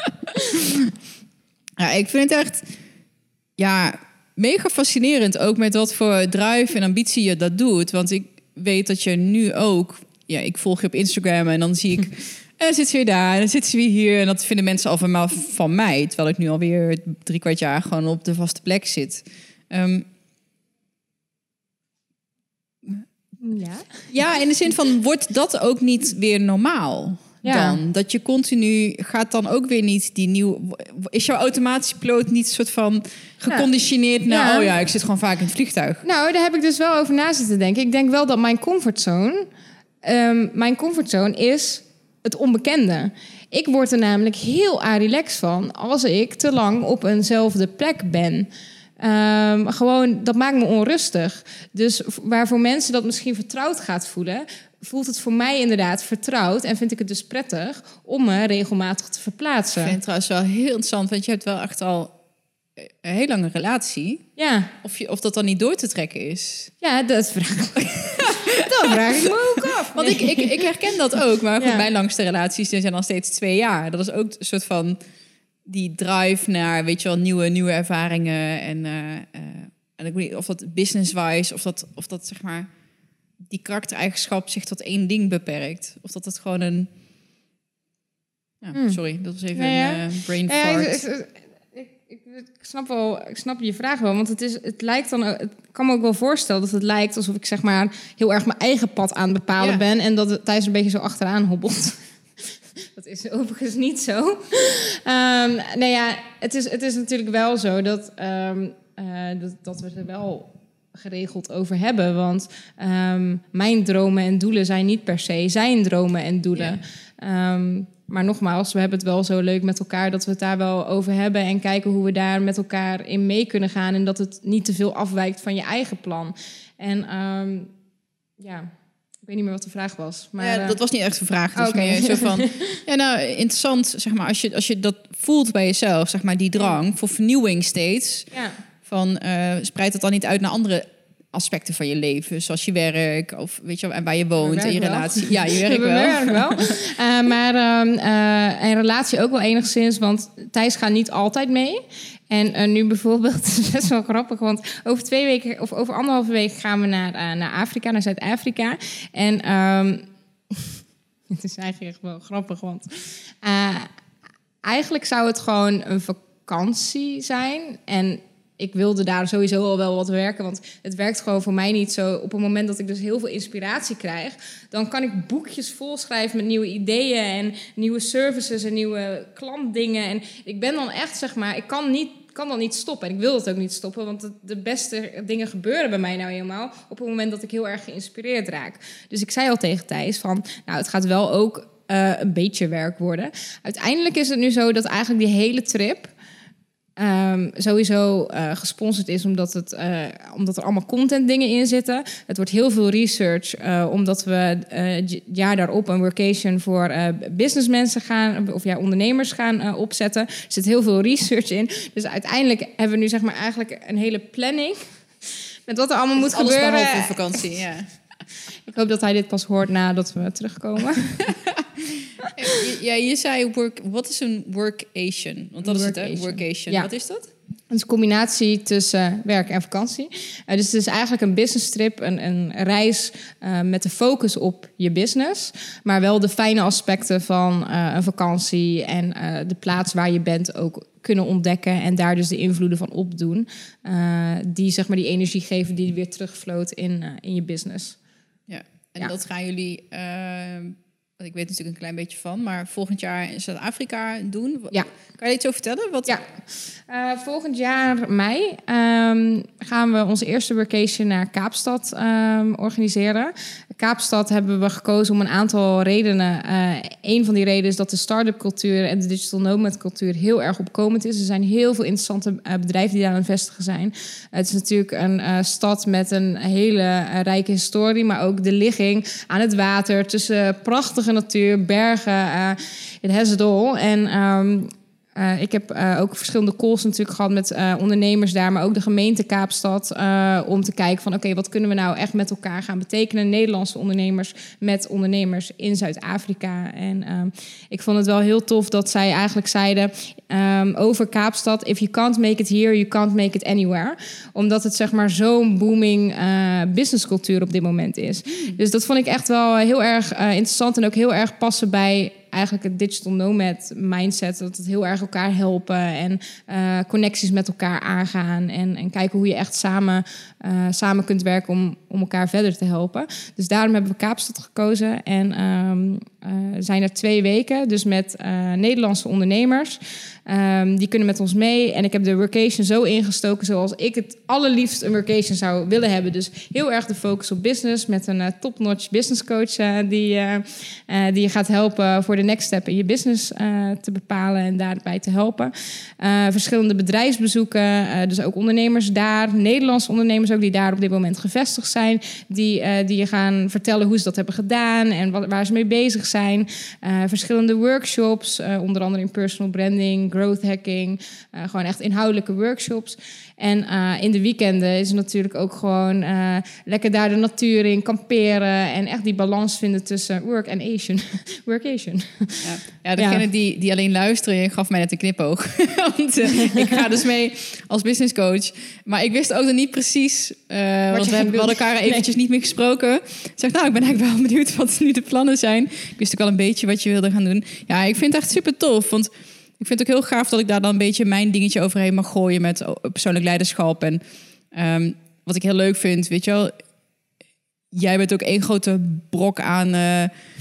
Ja, ik vind het echt... Ja, mega fascinerend ook met wat voor drive en ambitie je dat doet. Want ik weet dat je nu ook... Ja, ik volg je op Instagram en dan zie ik... En dan zit ze weer daar en dan zit ze weer hier. En dat vinden mensen al van, maar van mij. Terwijl ik nu alweer drie kwart jaar gewoon op de vaste plek zit. Um, Ja. ja, in de zin van, wordt dat ook niet weer normaal? Ja. Dan? Dat je continu gaat dan ook weer niet die nieuwe... Is jouw automatische piloot niet soort van geconditioneerd naar... Ja. Oh ja, ik zit gewoon vaak in het vliegtuig. Nou, daar heb ik dus wel over na zitten denken. Ik denk wel dat mijn comfortzone... Um, mijn comfortzone is het onbekende. Ik word er namelijk heel relaxed van... als ik te lang op eenzelfde plek ben... Um, gewoon, dat maakt me onrustig. Dus waar voor mensen dat misschien vertrouwd gaat voelen... voelt het voor mij inderdaad vertrouwd... en vind ik het dus prettig om me regelmatig te verplaatsen. Ik vind het trouwens wel heel interessant... want je hebt wel echt al een heel lange relatie. Ja, Of, je, of dat dan niet door te trekken is. ja dat, vraag, dat vraag ik me ook af. Want ik, ik, ik herken dat ook. Maar goed, Ja. mijn langste relaties die zijn dan steeds twee jaar. Dat is ook een soort van... die drive naar, weet je wel, nieuwe, nieuwe ervaringen. En, uh, uh, en ik weet niet of dat business-wise... of dat, of dat zeg maar... die karaktereigenschap zich tot één ding beperkt. Of dat het gewoon een... Ja, Hmm. Sorry, dat was even Ja, ja. een uh, brain Ja, fart. ik, ik, ik, ik, ik snap wel, ik snap je vraag wel, want het, is, het lijkt dan, het kan me ook wel voorstellen dat het lijkt alsof ik zeg maar heel erg mijn eigen pad aan het bepalen Ja. ben en dat het Thijs een beetje zo achteraan hobbelt. Dat is overigens niet zo. Um, nou ja, het is, het is natuurlijk wel zo dat, um, uh, dat, dat we er wel geregeld over hebben. Want um, mijn dromen en doelen zijn niet per se zijn dromen en doelen. Ja. Um, maar nogmaals, we hebben het wel zo leuk met elkaar... dat we het daar wel over hebben... en kijken hoe we daar met elkaar in mee kunnen gaan... en dat het niet te veel afwijkt van je eigen plan. En um, ja... Ik weet niet meer wat de vraag was. Maar, ja, dat was niet echt een vraag. Dus okay. meer zo van, ja, nou, interessant, zeg maar, als je, als je dat voelt bij jezelf, zeg maar, die drang voor vernieuwing steeds, ja. van uh, spreid het dan niet uit naar andere aspecten van je leven, zoals je werk of weet je, en waar je woont en je wel. relatie. Ja, je werk wel. werk wel. uh, maar um, uh, en relatie ook wel enigszins, want Thijs gaat niet altijd mee. En uh, nu bijvoorbeeld, het is best wel grappig, want over twee weken of over anderhalve week gaan we naar, uh, naar Afrika, naar Zuid-Afrika. En um, het is eigenlijk echt wel grappig, want uh, eigenlijk zou het gewoon een vakantie zijn. En ik wilde daar sowieso al wel wat werken, want het werkt gewoon voor mij niet zo. Op het moment dat ik dus heel veel inspiratie krijg, dan kan ik boekjes volschrijven met nieuwe ideeën en nieuwe services en nieuwe klantdingen. En ik ben dan echt, zeg maar, ik kan niet, kan dan niet stoppen. En ik wil dat ook niet stoppen, want de beste dingen gebeuren bij mij nou helemaal op het moment dat ik heel erg geïnspireerd raak. Dus ik zei al tegen Thijs van, nou, het gaat wel ook uh, een beetje werk worden. Uiteindelijk is het nu zo dat eigenlijk die hele trip Um, sowieso uh, gesponsord is omdat, het, uh, omdat er allemaal content dingen in zitten. Het wordt heel veel research, uh, omdat we uh, het jaar daarop een workation voor uh, businessmensen gaan, of ja, ondernemers gaan uh, opzetten. Er zit heel veel research in. Dus uiteindelijk hebben we nu zeg maar eigenlijk een hele planning met wat er allemaal moet alles gebeuren. Alles behalve vakantie, ja. Ik hoop dat hij dit pas hoort nadat we terugkomen. Ja, je zei work. Wat is een workation? Want dat workation. is het, hè? Workation. Ja. Wat is dat? Het is een combinatie tussen werk en vakantie. Uh, dus het is eigenlijk een business trip, een, een reis uh, met de focus op je business. Maar wel de fijne aspecten van uh, een vakantie en uh, de plaats waar je bent ook kunnen ontdekken. En daar dus de invloeden van opdoen. Uh, die zeg maar die energie geven die weer terugvloot in, uh, in je business. Ja, en Ja. dat gaan jullie... Uh, ik weet natuurlijk een klein beetje van, maar volgend jaar in Zuid-Afrika doen. Ja. Kan je iets over vertellen? Wat... Ja, uh, volgend jaar mei um, gaan we onze eerste workation naar Kaapstad um, organiseren. Kaapstad hebben we gekozen om een aantal redenen. Uh, een van die redenen is dat de start-up cultuur en de digital nomad cultuur heel erg opkomend is. Er zijn heel veel interessante uh, bedrijven die daar aan het vestigen zijn. Uh, het is natuurlijk een uh, stad met een hele uh, rijke historie, maar ook de ligging aan het water tussen prachtige natuur, bergen. Uh, it has it all. En um, Uh, ik heb uh, ook verschillende calls natuurlijk gehad met uh, ondernemers daar, maar ook de gemeente Kaapstad, uh, om te kijken van oké, okay, wat kunnen we nou echt met elkaar gaan betekenen? Nederlandse ondernemers met ondernemers in Zuid-Afrika. En um, ik vond het wel heel tof dat zij eigenlijk zeiden um, over Kaapstad, if you can't make it here, you can't make it anywhere. Omdat het zeg maar zo'n booming uh, businesscultuur op dit moment is. Mm. Dus dat vond ik echt wel heel erg uh, interessant en ook heel erg passen bij eigenlijk het digital nomad mindset, dat het heel erg elkaar helpen en uh, connecties met elkaar aangaan en, en kijken hoe je echt samen, uh, samen kunt werken om, om elkaar verder te helpen. Dus daarom hebben we Kaapstad gekozen en um, uh, zijn er twee weken, dus met uh, Nederlandse ondernemers. Um, die kunnen met ons mee. En ik heb de workation zo ingestoken zoals ik het allerliefst een workation zou willen hebben. Dus heel erg de focus op business met een uh, top-notch business coach uh, die, uh, uh, die je gaat helpen voor de next step in je business uh, te bepalen en daarbij te helpen. Uh, verschillende bedrijfsbezoeken, uh, dus ook ondernemers daar, Nederlandse ondernemers ook die daar op dit moment gevestigd zijn, die, uh, die je gaan vertellen hoe ze dat hebben gedaan en wat, waar ze mee bezig zijn. Uh, verschillende workshops, uh, onder andere in personal branding, growth hacking, uh, gewoon echt inhoudelijke workshops. En uh, in de weekenden is het natuurlijk ook gewoon uh, lekker daar de natuur in, kamperen en echt die balans vinden tussen work en Asian. Workation. Ja, ja degene ja. Die, die alleen luisteren, je gaf mij net een knipoog. Want uh, ik ga dus mee als business coach. Maar ik wist ook nog niet precies, uh, want we hebben elkaar eventjes nee. niet meer gesproken. Ik zeg, nou, ik ben eigenlijk wel benieuwd wat nu de plannen zijn. Ik wist ook al een beetje wat je wilde gaan doen. Ja, ik vind het echt super tof, want ik vind het ook heel gaaf dat ik daar dan een beetje mijn dingetje overheen mag gooien met persoonlijk leiderschap. En um, wat ik heel leuk vind, weet je wel, jij bent ook één grote brok aan uh,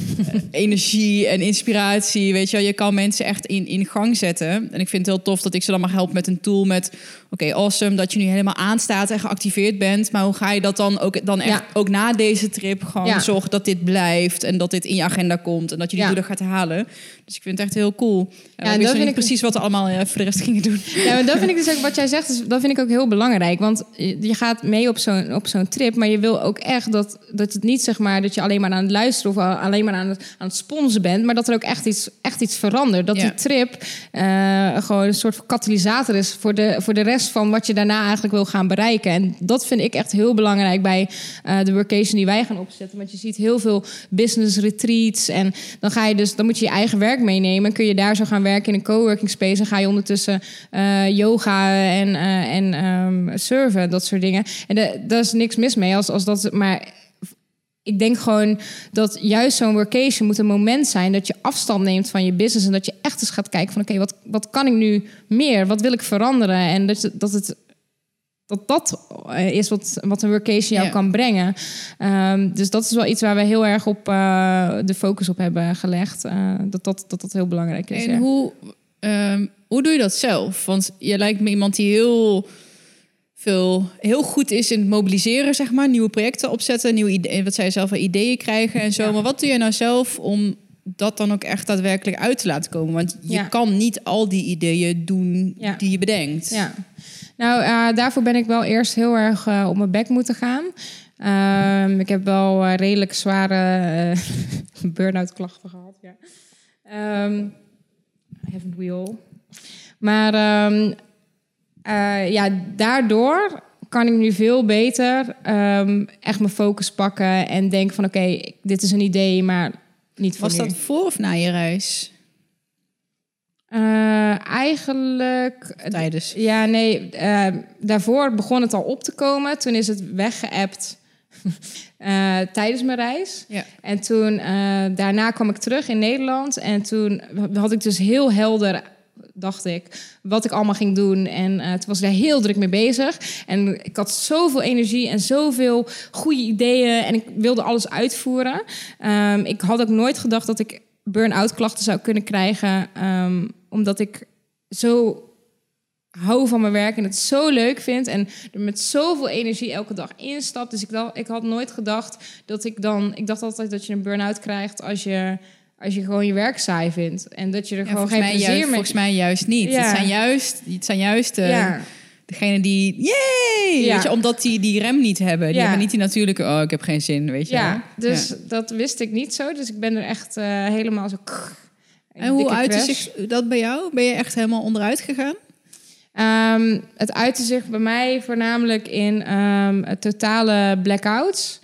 energie en inspiratie. Weet je wel, je kan mensen echt in, in gang zetten. En ik vind het heel tof dat ik ze dan mag helpen met een tool met oké, okay, awesome, dat je nu helemaal aanstaat en geactiveerd bent. Maar hoe ga je dat dan ook, dan echt ja. ook na deze trip gewoon ja. zorgen dat dit blijft en dat dit in je agenda komt en dat je die ja. doelen gaat halen. Dus ik vind het echt heel cool. Ja, uh, ik wist niet ik... precies wat we allemaal uh, voor de rest gingen doen. Ja, maar dat vind ik dus ook, wat jij zegt, dus dat vind ik ook heel belangrijk. Want je gaat mee op zo'n, op zo'n trip, maar je wil ook echt dat, dat het niet zeg maar dat je alleen maar aan het luisteren of alleen maar aan het, aan het sponsen bent, maar dat er ook echt iets, echt iets verandert. Dat ja. die trip uh, gewoon een soort van katalysator is voor de, voor de rest van wat je daarna eigenlijk wil gaan bereiken. En dat vind ik echt heel belangrijk bij uh, de workation die wij gaan opzetten. Want je ziet heel veel business retreats en dan ga je dus, dan moet je je eigen werk meenemen. Kun je daar zo gaan werken in een coworking space en ga je ondertussen uh, yoga en, uh, en um, surfen, dat soort dingen. En de, daar is niks mis mee als, als dat, maar ik denk gewoon dat juist zo'n workation moet een moment zijn dat je afstand neemt van je business en dat je echt eens gaat kijken van oké, okay, wat, wat kan ik nu meer? Wat wil ik veranderen? En dat, dat het dat dat is wat, wat een workation jou yeah. kan brengen. Um, dus dat is wel iets waar we heel erg op uh, de focus op hebben gelegd. Uh, dat, dat, dat dat heel belangrijk is. En ja. hoe, um, hoe doe je dat zelf? Want je lijkt me iemand die heel veel heel goed is in het mobiliseren, zeg maar, nieuwe projecten opzetten, nieuwe ideeën, wat zij zelf wel ideeën krijgen en zo. Ja. Maar wat doe je nou zelf om dat dan ook echt daadwerkelijk uit te laten komen? Want je ja. kan niet al die ideeën doen ja. die je bedenkt. Ja. Nou, uh, daarvoor ben ik wel eerst heel erg uh, op mijn bek moeten gaan. Um, ik heb wel uh, redelijk zware uh, burn-out klachten gehad. Ja. Um, haven't we all? Maar um, uh, ja, daardoor kan ik nu veel beter um, echt mijn focus pakken en denken van oké, okay, dit is een idee, maar niet voor Was nu. Dat voor of na je reis? Uh, eigenlijk tijdens. Ja, nee. Uh, daarvoor begon het al op te komen. Toen is het weggeëpt uh, tijdens mijn reis. Ja. En toen uh, daarna kwam ik terug in Nederland. En toen had ik dus heel helder, dacht ik, wat ik allemaal ging doen. En uh, toen was ik daar heel druk mee bezig. En ik had zoveel energie en zoveel goede ideeën. En ik wilde alles uitvoeren. Um, ik had ook nooit gedacht dat ik burn-out klachten zou kunnen krijgen. Um, omdat ik zo hou van mijn werk en het zo leuk vind en er met zoveel energie elke dag instap. Dus ik, dacht, ik had nooit gedacht dat ik dan... Ik dacht altijd dat je een burn-out krijgt als je, als je gewoon je werk saai vindt. En dat je er Ja, gewoon geen mij plezier juist, mee... Volgens mij juist niet. Ja. Het zijn juist, het zijn juist uh, Ja. degene die... Yay! Ja. Weet je, omdat die die rem niet hebben. Die Ja. hebben niet die natuurlijke... Oh, ik heb geen zin, weet je Ja, wel. dus Ja. dat wist ik niet zo. Dus ik ben er echt uh, helemaal zo... En hoe dikke uitte crash. zich dat bij jou? Ben je echt helemaal onderuit gegaan? Um, het uitte zich bij mij voornamelijk in um, totale blackouts.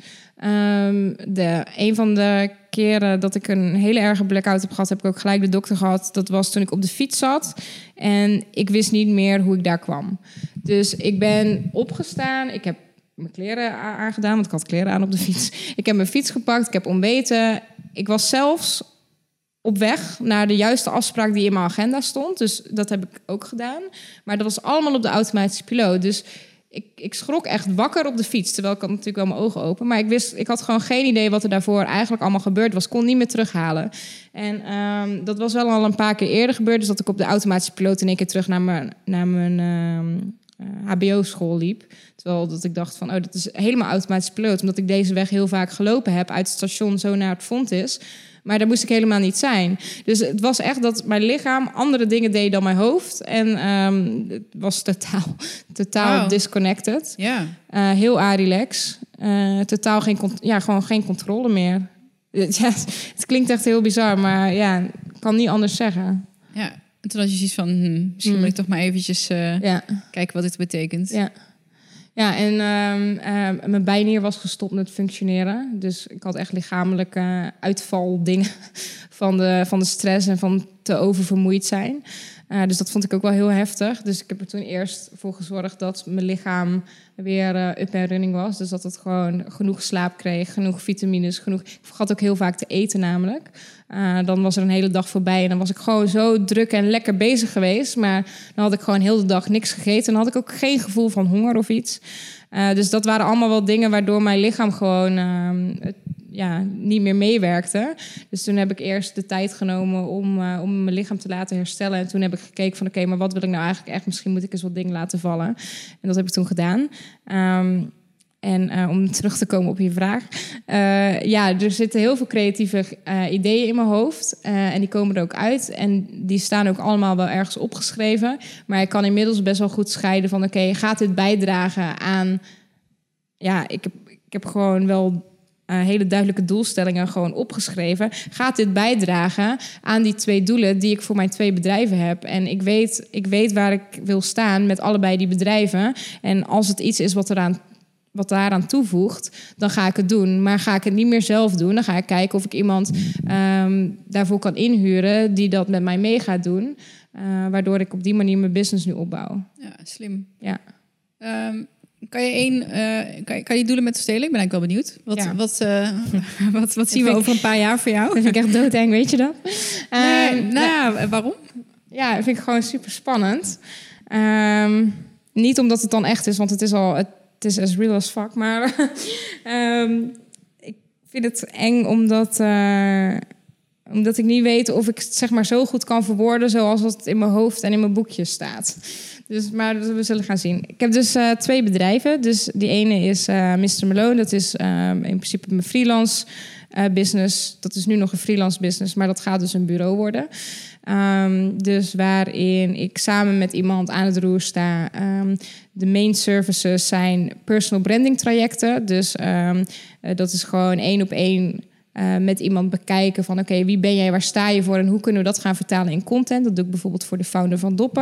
Um, de, een van de keren dat ik een hele erge blackout heb gehad... heb ik ook gelijk de dokter gehad. Dat was toen ik op de fiets zat. En ik wist niet meer hoe ik daar kwam. Dus ik ben opgestaan. Ik heb mijn kleren a- aangedaan, want ik had kleren aan op de fiets. Ik heb mijn fiets gepakt, ik heb ontbeten. Ik was zelfs op weg naar de juiste afspraak die in mijn agenda stond. Dus dat heb ik ook gedaan. Maar dat was allemaal op de automatische piloot. Dus ik, ik schrok echt wakker op de fiets. Terwijl ik had natuurlijk wel mijn ogen open. Maar ik wist, ik had gewoon geen idee wat er daarvoor eigenlijk allemaal gebeurd was. Ik kon niet meer terughalen. En um, dat was wel al een paar keer eerder gebeurd. Dus dat ik op de automatische piloot in één keer terug naar mijn, naar mijn um, uh, H B O-school liep. Terwijl dat ik dacht van, oh, dat is helemaal automatisch piloot. Omdat ik deze weg heel vaak gelopen heb uit het station zo naar het Fontys. Maar daar moest ik helemaal niet zijn. Dus het was echt dat mijn lichaam andere dingen deed dan mijn hoofd. En um, het was totaal, totaal Wow. disconnected. Ja. Uh, heel arilex. Uh, totaal geen, ja, gewoon geen controle meer. Ja, het klinkt echt heel bizar, maar ja, ik kan niet anders zeggen. Ja. En toen had je zoiets van, hm, misschien Hmm. moet ik toch maar eventjes uh, Ja. kijken wat dit betekent. Ja. Ja, en um, um, mijn bijnier was gestopt met functioneren. Dus ik had echt lichamelijke uitvaldingen van de, van de stress en van te oververmoeid zijn. Uh, dus dat vond ik ook wel heel heftig. Dus ik heb er toen eerst voor gezorgd dat mijn lichaam weer uh, up en running was. Dus dat het gewoon genoeg slaap kreeg, genoeg vitamines, genoeg... Ik vergat ook heel vaak te eten namelijk. Uh, dan was er een hele dag voorbij en dan was ik gewoon zo druk en lekker bezig geweest. Maar dan had ik gewoon heel de dag niks gegeten. En dan had ik ook geen gevoel van honger of iets. Uh, dus dat waren allemaal wel dingen waardoor mijn lichaam gewoon uh, het, ja, niet meer meewerkte. Dus toen heb ik eerst de tijd genomen om, uh, om mijn lichaam te laten herstellen. En toen heb ik gekeken van oké, okay, maar wat wil ik nou eigenlijk echt? Misschien moet ik eens wat dingen laten vallen. En dat heb ik toen gedaan. Um, En uh, om terug te komen op je vraag. Uh, ja, er zitten heel veel creatieve uh, ideeën in mijn hoofd. Uh, en die komen er ook uit. En die staan ook allemaal wel ergens opgeschreven. Maar ik kan inmiddels best wel goed scheiden van... oké, okay, gaat dit bijdragen aan... Ja, ik heb, ik heb gewoon wel uh, hele duidelijke doelstellingen gewoon opgeschreven. Gaat dit bijdragen aan die twee doelen die ik voor mijn twee bedrijven heb? En ik weet, ik weet waar ik wil staan met allebei die bedrijven. En als het iets is wat eraan... wat daaraan toevoegt, dan ga ik het doen. Maar ga ik het niet meer zelf doen, dan ga ik kijken of ik iemand um, daarvoor kan inhuren die dat met mij mee gaat doen. Uh, waardoor ik op die manier mijn business nu opbouw. Ja, slim. Ja. Um, kan je één, uh, kan, je, kan je doelen met verstelen? Ik ben eigenlijk wel benieuwd. Wat, Ja. wat, uh, wat, wat zien we over een paar jaar voor jou? Dat vind ik echt doodeng, weet je dat? Nee, Um, nou ja, waarom? Ja, dat vind ik gewoon super spannend. Um, niet omdat het dan echt is, want het is al... Het, Het is as real as fuck, maar um, ik vind het eng omdat, uh, omdat ik niet weet of ik het zeg maar zo goed kan verwoorden zoals het in mijn hoofd en in mijn boekje staat. Dus, maar we zullen gaan zien. Ik heb dus uh, twee bedrijven. Dus die ene is uh, mister Malone. Dat is uh, in principe mijn freelance uh, business. Dat is nu nog een freelance business, maar dat gaat dus een bureau worden. Um, dus waarin ik samen met iemand aan het roer sta. Um, de main services zijn personal branding trajecten. Dus um, uh, dat is gewoon één op één uh, met iemand bekijken van... oké, okay, wie ben jij, waar sta je voor... en hoe kunnen we dat gaan vertalen in content. Dat doe ik bijvoorbeeld voor de founder van Dopper.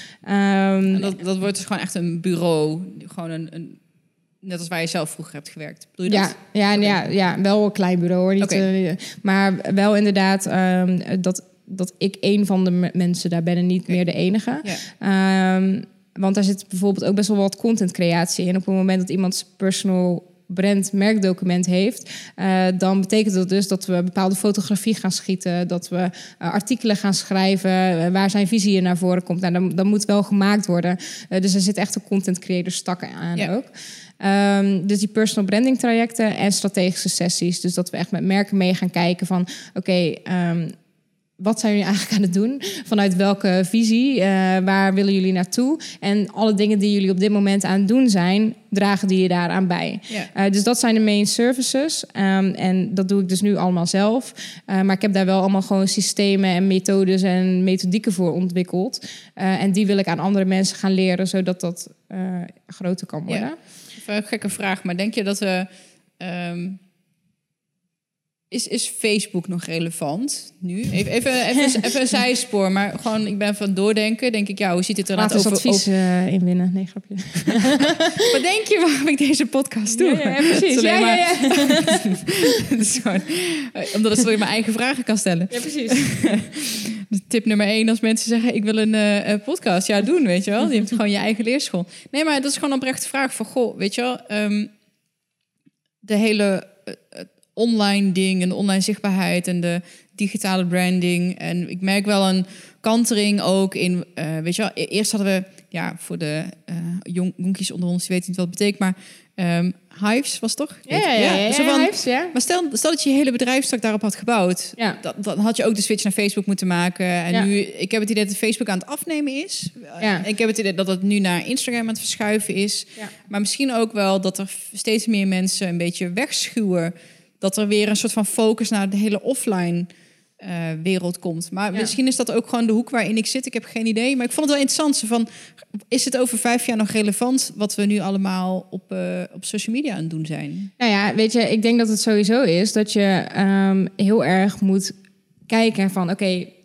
Um, dat, dat wordt dus gewoon echt een bureau. Gewoon een, een, net als waar je zelf vroeger hebt gewerkt. Bedoel je ja, dat? Ja, okay. ja, ja, wel een klein bureau hoor. Niet, okay. uh, maar wel inderdaad um, dat... dat ik een van de m- mensen daar ben en niet okay. meer de enige. Yeah. Um, want daar zit bijvoorbeeld ook best wel wat contentcreatie in. En op het moment dat iemands personal brand merkdocument heeft... Uh, dan betekent dat dus dat we bepaalde fotografie gaan schieten... dat we uh, artikelen gaan schrijven... Uh, waar zijn visie naar voren komt. Nou, dan, dan moet wel gemaakt worden. Uh, dus er zit echt een content creator stakken aan yeah. ook. Um, dus die personal branding trajecten en strategische sessies. Dus dat we echt met merken mee gaan kijken van... oké, okay, um, wat zijn jullie eigenlijk aan het doen? Vanuit welke visie? Uh, waar willen jullie naartoe? En alle dingen die jullie op dit moment aan het doen zijn, dragen die je daaraan bij. Yeah. Uh, dus dat zijn de main services. Um, en dat doe ik dus nu allemaal zelf. Uh, maar ik heb daar wel allemaal gewoon systemen en methodes en methodieken voor ontwikkeld. Uh, en die wil ik aan andere mensen gaan leren, zodat dat uh, groter kan worden. Yeah. Even een gekke vraag, maar denk je dat we... Um... Is, is Facebook nog relevant nu? Even, even, even, even een zijspoor, maar gewoon, ik ben van doordenken. Denk ik, ja, hoe ziet het er over... advies uh, inwinnen. Nee, grapje. Wat denk je waarom ik deze podcast doe? Ja, ja, precies. Ja, ja, ja. Het is gewoon, omdat ik mijn eigen vragen kan stellen. Ja, precies. Tip nummer één, als mensen zeggen, ik wil een uh, podcast. Ja, doen, weet je wel. Je hebt gewoon je eigen leerschool. Nee, maar dat is gewoon een oprechte vraag van, goh, weet je wel, um, de hele... Uh, online ding en de online zichtbaarheid en de digitale branding. En ik merk wel een kantering ook in, uh, weet je wel, eerst hadden we, ja, voor de uh, jong, jonkies onder ons, die weten niet wat het betekent, maar um, Hives was toch? Ja, ja, ja, ja, zo van, Hives, ja. Maar stel, stel dat je je hele bedrijfstak daarop had gebouwd. Ja. Dan, dan had je ook de switch naar Facebook moeten maken. En ja. nu, ik heb het idee dat Facebook aan het afnemen is. Ja. Ik heb het idee dat het nu naar Instagram aan het verschuiven is. Ja. Maar misschien ook wel dat er steeds meer mensen een beetje wegschuwen. Dat er weer een soort van focus naar de hele offline uh, wereld komt. Maar ja. misschien is dat ook gewoon de hoek waarin ik zit. Ik heb geen idee. Maar ik vond het wel interessant. Van, is het over vijf jaar nog relevant wat we nu allemaal op, uh, op social media aan het doen zijn? Nou ja, weet je, ik denk dat het sowieso is dat je um, heel erg moet kijken van... oké, okay,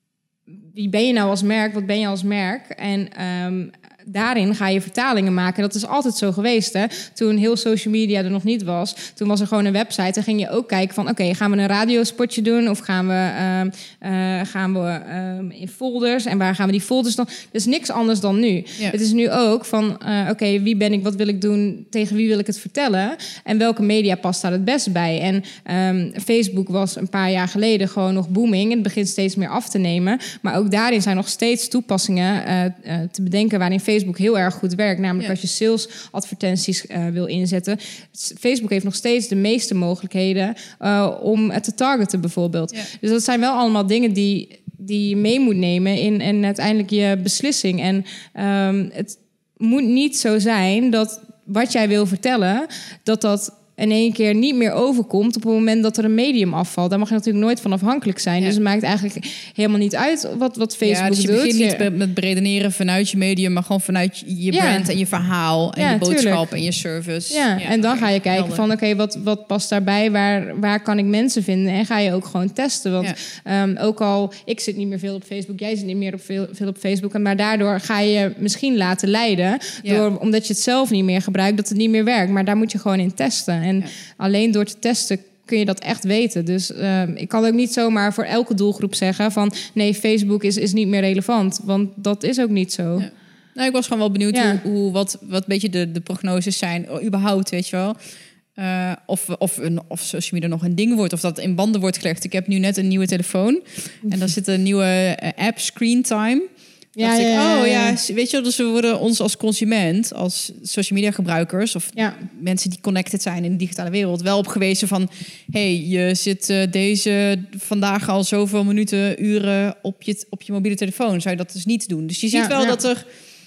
wie ben je nou als merk? Wat ben je als merk? En... Um, daarin ga je vertalingen maken. Dat is altijd zo geweest, hè? Toen heel social media er nog niet was, toen was er gewoon een website. Dan ging je ook kijken van, oké, okay, gaan we een radiospotje doen? Of gaan we, uh, uh, gaan we uh, in folders? En waar gaan we die folders dan? Dus niks anders dan nu. Ja. Het is nu ook van, uh, oké, okay, wie ben ik? Wat wil ik doen? Tegen wie wil ik het vertellen? En welke media past daar het best bij? En um, Facebook was een paar jaar geleden gewoon nog booming. Het begint steeds meer af te nemen. Maar ook daarin zijn nog steeds toepassingen uh, uh, te bedenken waarin Facebook heel erg goed werkt. Namelijk ja. als je sales advertenties uh, wil inzetten. Facebook heeft nog steeds de meeste mogelijkheden uh, om het te targeten bijvoorbeeld. Ja. Dus dat zijn wel allemaal dingen die, die je mee moet nemen in en uiteindelijk je beslissing. En um, het moet niet zo zijn dat wat jij wil vertellen, dat dat in één keer niet meer overkomt op het moment dat er een medium afvalt. Daar mag je natuurlijk nooit van afhankelijk zijn. Ja. Dus het maakt eigenlijk helemaal niet uit wat, wat Facebook ja, dus je doet. begint niet ja. met beredeneren vanuit je medium, maar gewoon vanuit je brand ja. en je verhaal en ja, je boodschap tuurlijk. En je service. Ja, ja en dan okay. ga je kijken helder. van oké, okay, wat, wat past daarbij? Waar, waar kan ik mensen vinden? En ga je ook gewoon testen. Want ja. um, ook al, ik zit niet meer veel op Facebook, jij zit niet meer op veel, veel op Facebook. Maar daardoor ga je misschien laten leiden. Ja. Door, omdat je het zelf niet meer gebruikt, dat het niet meer werkt. Maar daar moet je gewoon in testen. En ja. alleen door te testen kun je dat echt weten. Dus uh, ik kan ook niet zomaar voor elke doelgroep zeggen van nee, Facebook is, is niet meer relevant. Want dat is ook niet zo. Ja. Nou, ik was gewoon wel benieuwd ja. hoe, hoe, wat, wat een beetje de, de prognoses zijn. überhaupt, weet je wel. Uh, of, of, een, of social media nog een ding wordt. Of dat in banden wordt gelegd. Ik heb nu net een nieuwe telefoon. En daar zit een nieuwe uh, app, Screen Time. Ja, ja, ja, ik, oh ja, weet je wel, dus we worden ons als consument, als social media gebruikers of ja. mensen die connected zijn in de digitale wereld, wel opgewezen van, hey, je zit uh, deze vandaag al zoveel minuten, uren op je, op je mobiele telefoon. Zou je dat dus niet doen? Dus je ziet ja, wel ja. dat er,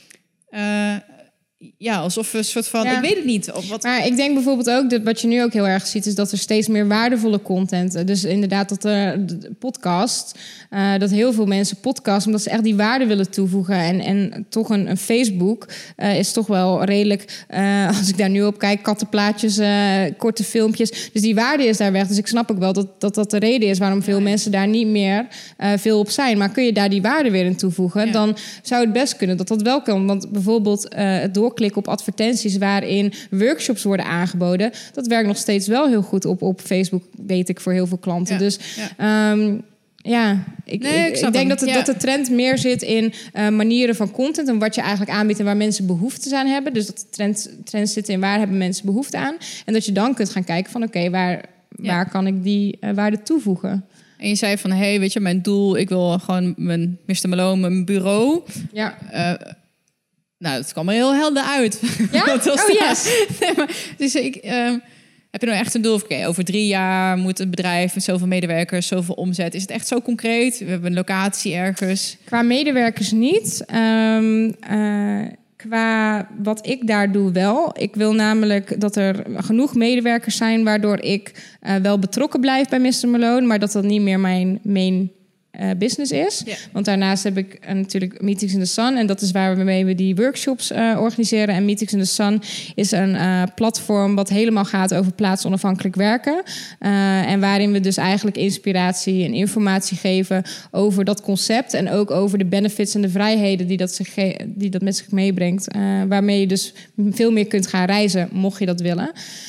uh, ja, alsof een soort van, ja. ik weet het niet. Of wat... Maar ik denk bijvoorbeeld ook, dat wat je nu ook heel erg ziet, is dat er steeds meer waardevolle content, dus inderdaad dat er de podcast, uh, dat heel veel mensen podcasten, omdat ze echt die waarde willen toevoegen. En, en toch een, een Facebook uh, is toch wel redelijk, uh, als ik daar nu op kijk, kattenplaatjes, uh, korte filmpjes. Dus die waarde is daar weg. Dus ik snap ook wel dat dat, dat de reden is waarom veel ja. mensen daar niet meer uh, veel op zijn. Maar kun je daar die waarde weer in toevoegen, ja. dan zou het best kunnen dat dat wel kan. Want bijvoorbeeld uh, het doorklikken op advertenties waarin workshops worden aangeboden, dat werkt nog steeds wel heel goed op, op Facebook, weet ik, voor heel veel klanten. Ja. Dus ja, um, ja ik, nee, ik, ik, ik denk dat, het, ja. dat de trend meer zit in uh, manieren van content en wat je eigenlijk aanbiedt en waar mensen behoefte aan hebben. Dus dat de trend, trend zit in waar hebben mensen behoefte aan. En dat je dan kunt gaan kijken van oké, okay, waar, ja. waar kan ik die uh, waarde toevoegen? En je zei van, hé, hey, weet je, mijn doel, ik wil gewoon mijn mister Malone, mijn bureau. Ja. Uh, Nou, het kwam er heel helder uit. Ja? Oh, yes. Nee, maar, dus ik, uh, Heb je nou echt een doel? Oké, okay, over drie jaar moet een bedrijf met zoveel medewerkers, zoveel omzet. Is het echt zo concreet? We hebben een locatie ergens. Qua medewerkers niet. Um, uh, qua wat ik daar doe wel. Ik wil namelijk dat er genoeg medewerkers zijn waardoor ik uh, wel betrokken blijf bij mister Malone, maar dat dat niet meer mijn main Uh, business is. Yeah. Want daarnaast heb ik uh, natuurlijk Meetings in the Sun. En dat is waarmee we die workshops uh, organiseren. En Meetings in the Sun is een uh, platform wat helemaal gaat over plaatsonafhankelijk werken. Uh, en waarin we dus eigenlijk inspiratie en informatie geven over dat concept. En ook over de benefits en de vrijheden die dat, zich ge- die dat met zich meebrengt. Uh, waarmee je dus veel meer kunt gaan reizen, mocht je dat willen.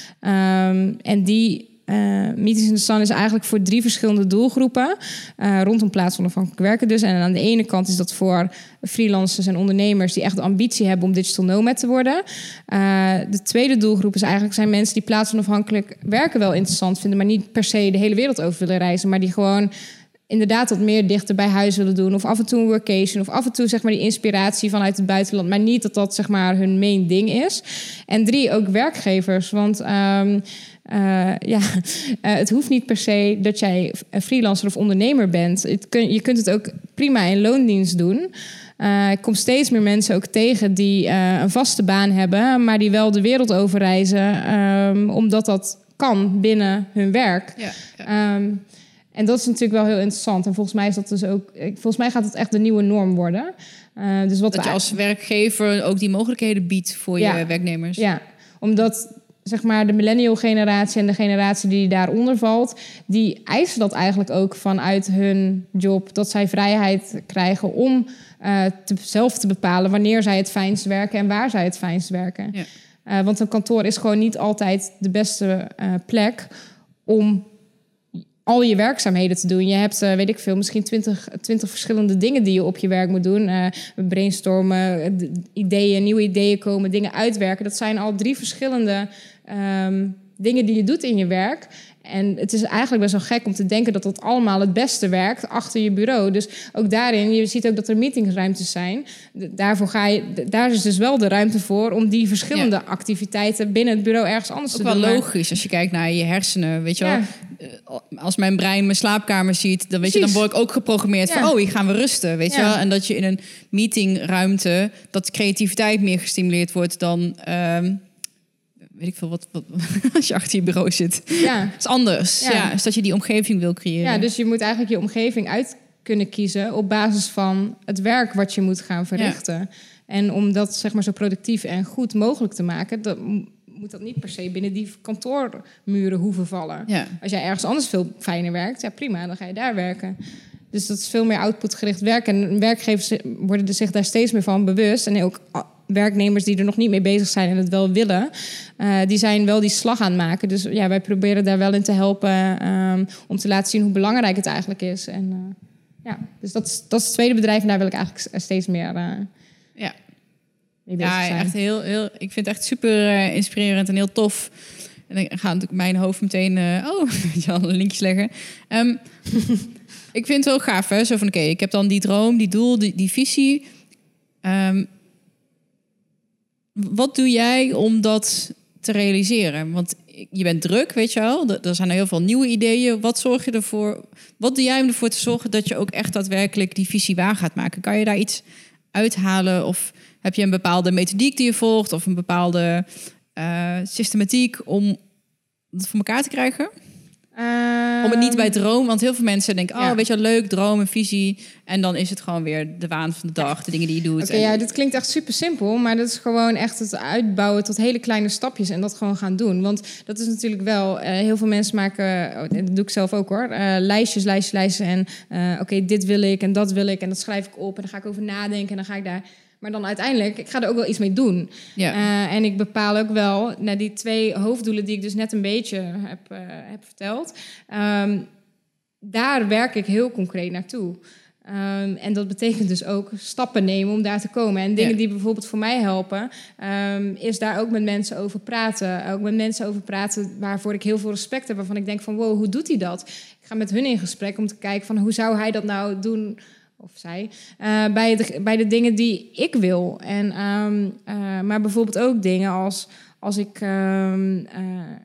Um, en die Uh, Meetings in the Sun is eigenlijk voor drie verschillende doelgroepen uh, rondom plaatsonafhankelijk werken dus. En aan de ene kant is dat voor freelancers en ondernemers die echt de ambitie hebben om digital nomad te worden. Uh, de tweede doelgroep is eigenlijk zijn mensen die plaatsonafhankelijk werken wel interessant vinden, maar niet per se de hele wereld over willen reizen, maar die gewoon inderdaad wat meer dichter bij huis willen doen, of af en toe een workation, of af en toe zeg maar die inspiratie vanuit het buitenland, maar niet dat dat zeg maar hun main ding is. En drie, ook werkgevers, want um, Uh, ja, uh, het hoeft niet per se dat jij een freelancer of ondernemer bent. Het kun, je kunt het ook prima in loondienst doen. Uh, ik kom steeds meer mensen ook tegen die uh, een vaste baan hebben, maar die wel de wereld over reizen, um, omdat dat kan binnen hun werk. Ja, ja. Um, en dat is natuurlijk wel heel interessant. En volgens mij is dat dus ook. Volgens mij gaat het echt de nieuwe norm worden. Uh, dus wat dat je als werkgever ook die mogelijkheden biedt voor ja, je werknemers. Ja, omdat zeg maar de millennial generatie en de generatie die daaronder valt, die eisen dat eigenlijk ook vanuit hun job, dat zij vrijheid krijgen om uh, te, zelf te bepalen wanneer zij het fijnst werken en waar zij het fijnst werken. Ja. Uh, want een kantoor is gewoon niet altijd de beste uh, plek om al je werkzaamheden te doen. Je hebt, uh, weet ik veel, misschien twintig, twintig verschillende dingen die je op je werk moet doen. Uh, brainstormen, ideeën, nieuwe ideeën komen, dingen uitwerken. Dat zijn al drie verschillende um, dingen die je doet in je werk. En het is eigenlijk best wel gek om te denken dat dat allemaal het beste werkt achter je bureau. Dus ook daarin, je ziet ook dat er meetingsruimtes zijn. Daarvoor ga je, daar is dus wel de ruimte voor om die verschillende ja. activiteiten binnen het bureau ergens anders ook te doen. Ook wel logisch als je kijkt naar je hersenen, weet je ja. wel. Als mijn brein mijn slaapkamer ziet, dan weet je, dan word ik ook geprogrammeerd ja. van, oh, hier gaan we rusten, weet ja. je wel. En dat je in een meetingruimte, dat creativiteit meer gestimuleerd wordt dan Um, weet ik veel, wat, wat als je achter je bureau zit. Ja. Het is anders. Ja. Ja, dus dat je die omgeving wil creëren. Ja, dus je moet eigenlijk je omgeving uit kunnen kiezen op basis van het werk wat je moet gaan verrichten. Ja. En om dat zeg maar zo productief en goed mogelijk te maken, dat moet dat niet per se binnen die kantoormuren hoeven vallen. Ja. Als jij ergens anders veel fijner werkt, ja prima, dan ga je daar werken. Dus dat is veel meer outputgericht werken. En werkgevers worden er zich daar steeds meer van bewust. En ook werknemers die er nog niet mee bezig zijn en het wel willen, uh, die zijn wel die slag aan het maken. Dus ja, wij proberen daar wel in te helpen um, om te laten zien hoe belangrijk het eigenlijk is. En uh, ja, dus dat is, dat is het tweede bedrijf en daar wil ik eigenlijk steeds meer uh, ja. mee bezig zijn. Ja, echt heel, heel, ik vind het echt super uh, inspirerend en heel tof. En dan gaat natuurlijk mijn hoofd meteen uh, oh, een linkjes leggen. Um, ik vind het wel gaaf, hè? Zo van, oké, okay, ik heb dan die droom, die doel, die, die visie. Um, Wat doe jij om dat te realiseren? Want je bent druk, weet je wel. Er zijn heel veel nieuwe ideeën. Wat zorg je ervoor? Wat doe jij om ervoor te zorgen dat je ook echt daadwerkelijk die visie waar gaat maken? Kan je daar iets uithalen? Of heb je een bepaalde methodiek die je volgt? Of een bepaalde uh, systematiek om het voor elkaar te krijgen? Um, Om het niet bij droom, want heel veel mensen denken, ja. oh, weet je wel, leuk, droom, een visie. En dan is het gewoon weer de waan van de dag, de dingen die je doet. Oké, okay, ja, dit klinkt echt super simpel, maar dat is gewoon echt het uitbouwen tot hele kleine stapjes en dat gewoon gaan doen. Want dat is natuurlijk wel, uh, heel veel mensen maken, oh, dat doe ik zelf ook hoor, uh, lijstjes, lijstjes, lijstjes. En uh, oké, okay, dit wil ik en dat wil ik en dat schrijf ik op en dan ga ik over nadenken en dan ga ik daar. Maar dan uiteindelijk, ik ga er ook wel iets mee doen. Ja. Uh, en ik bepaal ook wel, naar die twee hoofddoelen die ik dus net een beetje heb, uh, heb verteld. Um, daar werk ik heel concreet naartoe. Um, en dat betekent dus ook stappen nemen om daar te komen. En dingen ja. die bijvoorbeeld voor mij helpen, um, is daar ook met mensen over praten. Ook met mensen over praten waarvoor ik heel veel respect heb. Waarvan ik denk van, wow, hoe doet hij dat? Ik ga met hun in gesprek om te kijken van, hoe zou hij dat nou doen? Of zij, uh, bij, de, bij de dingen die ik wil. En, um, uh, maar bijvoorbeeld ook dingen als, als ik um, uh,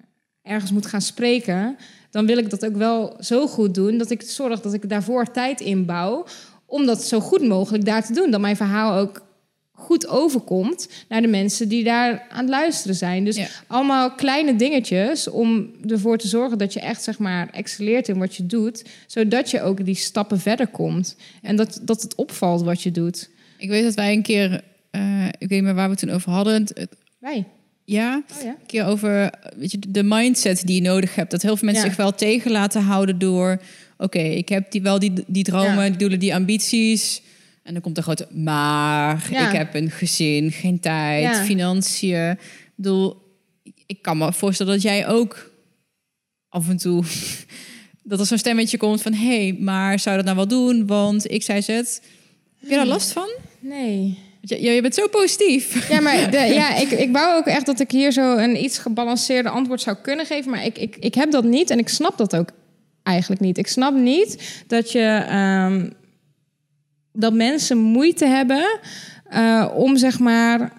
ergens moet gaan spreken, dan wil ik dat ook wel zo goed doen dat ik zorg dat ik daarvoor tijd inbouw om dat zo goed mogelijk daar te doen. Dat mijn verhaal ook goed overkomt naar de mensen die daar aan het luisteren zijn. Dus ja. allemaal kleine dingetjes om ervoor te zorgen dat je echt, zeg maar, excelleert in wat je doet, zodat je ook die stappen verder komt. En dat, dat het opvalt wat je doet. Ik weet dat wij een keer, uh, ik weet niet meer waar we het toen over hadden. Het, wij? Ja, oh, ja, een keer over, weet je, de mindset die je nodig hebt. Dat heel veel mensen ja. zich wel tegen laten houden door, oké, okay, ik heb die, wel die, die dromen, ja. die doelen, die ambities. En dan komt er grote, maar ja. ik heb een gezin, geen tijd, ja. financiën. Ik bedoel, ik kan me voorstellen dat jij ook af en toe dat er zo'n stemmetje komt van, hé, hey, maar zou je dat nou wel doen? Want ik zei het. Heb je daar last van? Nee. Je, je bent zo positief. Ja, maar de, ja, ik, ik wou ook echt dat ik hier zo een iets gebalanceerde antwoord zou kunnen geven. Maar ik, ik, ik heb dat niet en ik snap dat ook eigenlijk niet. Ik snap niet dat je um, dat mensen moeite hebben uh, om, zeg maar,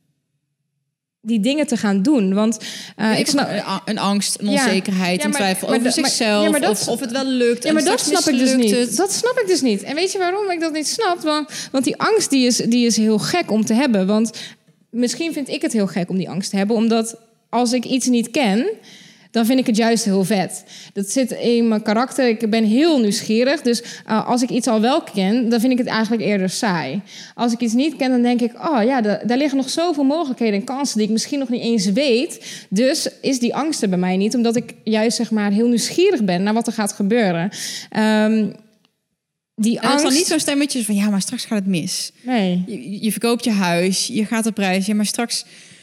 die dingen te gaan doen. Want uh, ik snap een, een angst, een onzekerheid, ja, ja, maar, een twijfel over maar, zichzelf, ja, maar dat, of, of het wel lukt. Ja, maar dat snap ik dus niet. Het. Dat snap ik dus niet. En weet je waarom ik dat niet snap? Want, want die angst die is, die is heel gek om te hebben. Want misschien vind ik het heel gek om die angst te hebben, omdat als ik iets niet ken, dan vind ik het juist heel vet. Dat zit in mijn karakter. Ik ben heel nieuwsgierig. Dus uh, als ik iets al wel ken, dan vind ik het eigenlijk eerder saai. Als ik iets niet ken, dan denk ik, oh ja, da- daar liggen nog zoveel mogelijkheden en kansen die ik misschien nog niet eens weet. Dus is die angst er bij mij niet, omdat ik juist, zeg maar, heel nieuwsgierig ben naar wat er gaat gebeuren. Um, Die angst... En dan niet zo'n stemmetje van, ja, maar straks gaat het mis. Nee. Je, je verkoopt je huis, je gaat op reis, ja, maar straks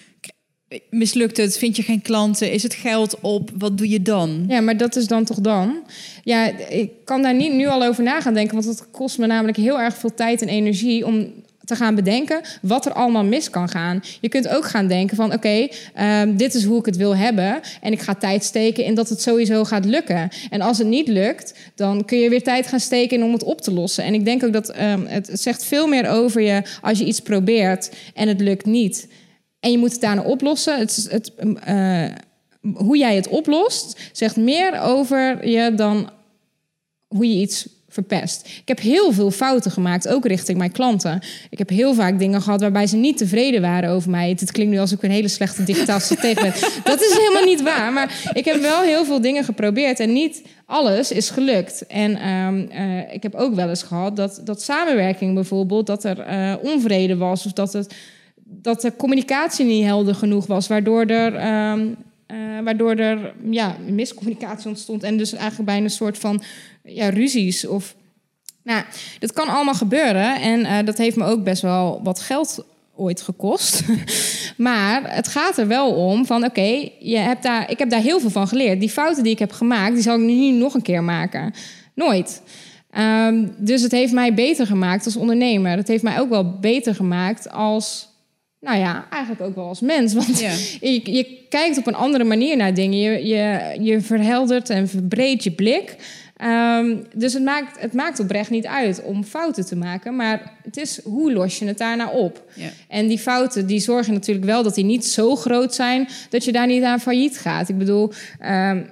mislukt het, vind je geen klanten, is het geld op, wat doe je dan? Ja, maar dat is dan toch dan? Ja, ik kan daar niet nu al over na gaan denken, want het kost me namelijk heel erg veel tijd en energie om te gaan bedenken wat er allemaal mis kan gaan. Je kunt ook gaan denken van, oké, okay, um, dit is hoe ik het wil hebben en ik ga tijd steken in dat het sowieso gaat lukken. En als het niet lukt, dan kun je weer tijd gaan steken in om het op te lossen. En ik denk ook dat um, het, het zegt veel meer over je als je iets probeert en het lukt niet. En je moet het daarna oplossen. Het, het, uh, hoe jij het oplost, zegt meer over je dan hoe je iets verpest. Ik heb heel veel fouten gemaakt, ook richting mijn klanten. Ik heb heel vaak dingen gehad waarbij ze niet tevreden waren over mij. Het klinkt nu alsof ik een hele slechte digitaal stratege ben. Dat is helemaal niet waar. Maar ik heb wel heel veel dingen geprobeerd en niet alles is gelukt. En um, uh, ik heb ook wel eens gehad dat, dat samenwerking bijvoorbeeld, dat er uh, onvrede was of dat het dat de communicatie niet helder genoeg was, waardoor er, um, uh, waardoor er ja, miscommunicatie ontstond en dus eigenlijk bijna een soort van ja, ruzies. Of, nou, dat kan allemaal gebeuren en uh, dat heeft me ook best wel wat geld ooit gekost. Maar het gaat er wel om van, oké, okay, je hebt daar, ik heb daar heel veel van geleerd. Die fouten die ik heb gemaakt, die zal ik nu niet nog een keer maken. Nooit. Um, dus het heeft mij beter gemaakt als ondernemer. Het heeft mij ook wel beter gemaakt als, nou ja, eigenlijk ook wel als mens. Want ja. je, je kijkt op een andere manier naar dingen. Je, je, je verheldert en verbreedt je blik. Um, dus het maakt, het maakt oprecht niet uit om fouten te maken. Maar het is, hoe los je het daarna op? Ja. En die fouten, die zorgen natuurlijk wel dat die niet zo groot zijn dat je daar niet aan failliet gaat. Ik bedoel, um,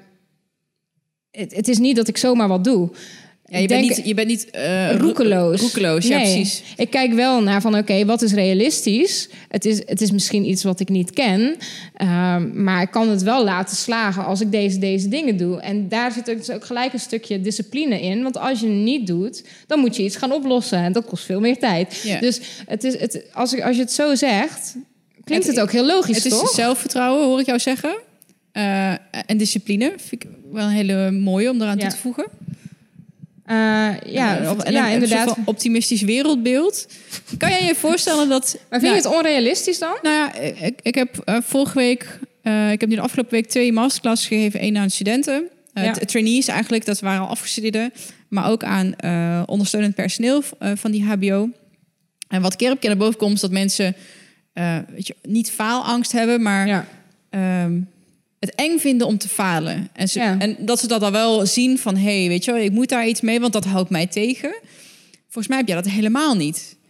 het, het is niet dat ik zomaar wat doe. Ja, je, bent niet, je bent niet uh, roekeloos. roekeloos. Ja, nee. precies. Ik kijk wel naar van, oké, okay, wat is realistisch? Het is, het is misschien iets wat ik niet ken. Um, maar ik kan het wel laten slagen als ik deze, deze dingen doe. En daar zit ook, dus ook gelijk een stukje discipline in. Want als je het niet doet, dan moet je iets gaan oplossen. En dat kost veel meer tijd. Ja. Dus het is, het, als, ik, als je het zo zegt, klinkt het, het ook heel logisch, het toch? Het is zelfvertrouwen, hoor ik jou zeggen. Uh, en discipline vind ik wel een hele mooie om eraan ja. toe te voegen. Uh, ja, en, en ja een, inderdaad. Een optimistisch wereldbeeld. Kan jij je voorstellen dat... Maar vind nou, je het onrealistisch dan? Nou ja, ik, ik heb uh, vorige week... Uh, ik heb nu de afgelopen week twee masterclasses gegeven. Één aan studenten. Uh, ja. Trainees eigenlijk, dat waren al afgestudeerden. Maar ook aan uh, ondersteunend personeel uh, van die H B O. En wat keer op keer naar boven komt... is dat mensen uh, weet je, niet faalangst hebben, maar... Ja. Um, het eng vinden om te falen. En, ze, ja. en dat ze dat dan wel zien van... hé, hey, weet je wel, ik moet daar iets mee, want dat houdt mij tegen. Volgens mij heb jij dat helemaal niet.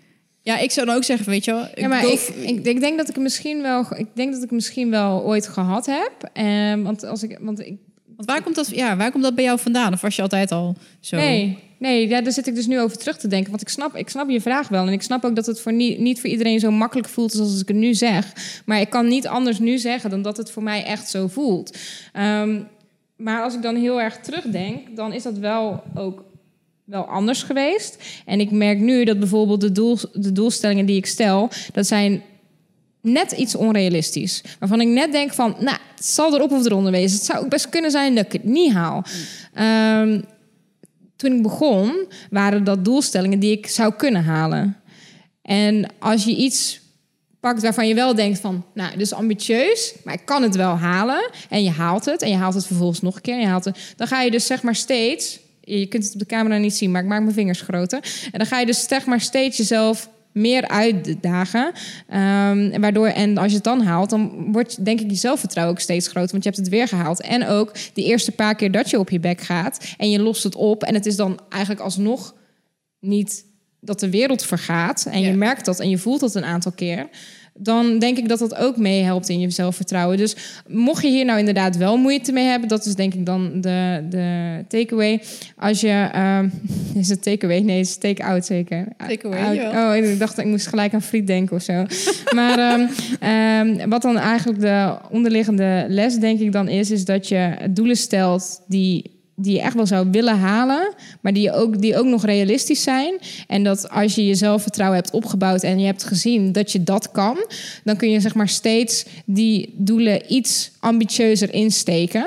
Ja, ik zou dan ook zeggen, weet je wel... Ja, maar ik, ik, ik denk dat ik het misschien wel... Ik denk dat ik het misschien wel ooit gehad heb. Um, want als ik... Want ik Want waar komt dat, ja, waar komt dat bij jou vandaan? Of was je altijd al zo? Nee, nee ja, daar zit ik dus nu over terug te denken. Want ik snap, ik snap je vraag wel. En ik snap ook dat het voor niet, niet voor iedereen zo makkelijk voelt als ik het nu zeg. Maar ik kan niet anders nu zeggen dan dat het voor mij echt zo voelt. Um, maar als ik dan heel erg terugdenk, dan is dat wel ook wel anders geweest. En ik merk nu dat bijvoorbeeld de, doel, de doelstellingen die ik stel, dat zijn net iets onrealistisch. Waarvan ik net denk van, nou, het zal erop of eronder wezen. Het zou ook best kunnen zijn dat ik het niet haal. Mm. Um, toen ik begon, waren dat doelstellingen die ik zou kunnen halen. En als je iets pakt waarvan je wel denkt van, nou, dit is ambitieus, maar ik kan het wel halen. En je haalt het. En je haalt het vervolgens nog een keer. En je haalt het. Dan ga je dus zeg maar steeds... Je kunt het op de camera niet zien, maar ik maak mijn vingers groter. En dan ga je dus zeg maar steeds jezelf meer uitdagen. Um, waardoor, en als je het dan haalt, dan wordt denk ik je zelfvertrouwen ook steeds groter. Want je hebt het weer gehaald. En ook de eerste paar keer dat je op je bek gaat en je lost het op. En het is dan eigenlijk alsnog niet dat de wereld vergaat. En ja. je merkt dat en je voelt dat een aantal keer. Dan denk ik dat dat ook meehelpt in je zelfvertrouwen. Dus mocht je hier nou inderdaad wel moeite mee hebben, dat is denk ik dan de, de takeaway. Als je... Uh, is het takeaway? Nee, het is take-out zeker. Takeaway, ja. Oh, ik dacht, ik moest gelijk aan friet denken of zo. Maar um, um, wat dan eigenlijk de onderliggende les denk ik dan is, is dat je doelen stelt die... die je echt wel zou willen halen, maar die ook, die ook nog realistisch zijn. En dat als je je zelfvertrouwen hebt opgebouwd en je hebt gezien dat je dat kan, dan kun je zeg maar steeds die doelen iets ambitieuzer insteken.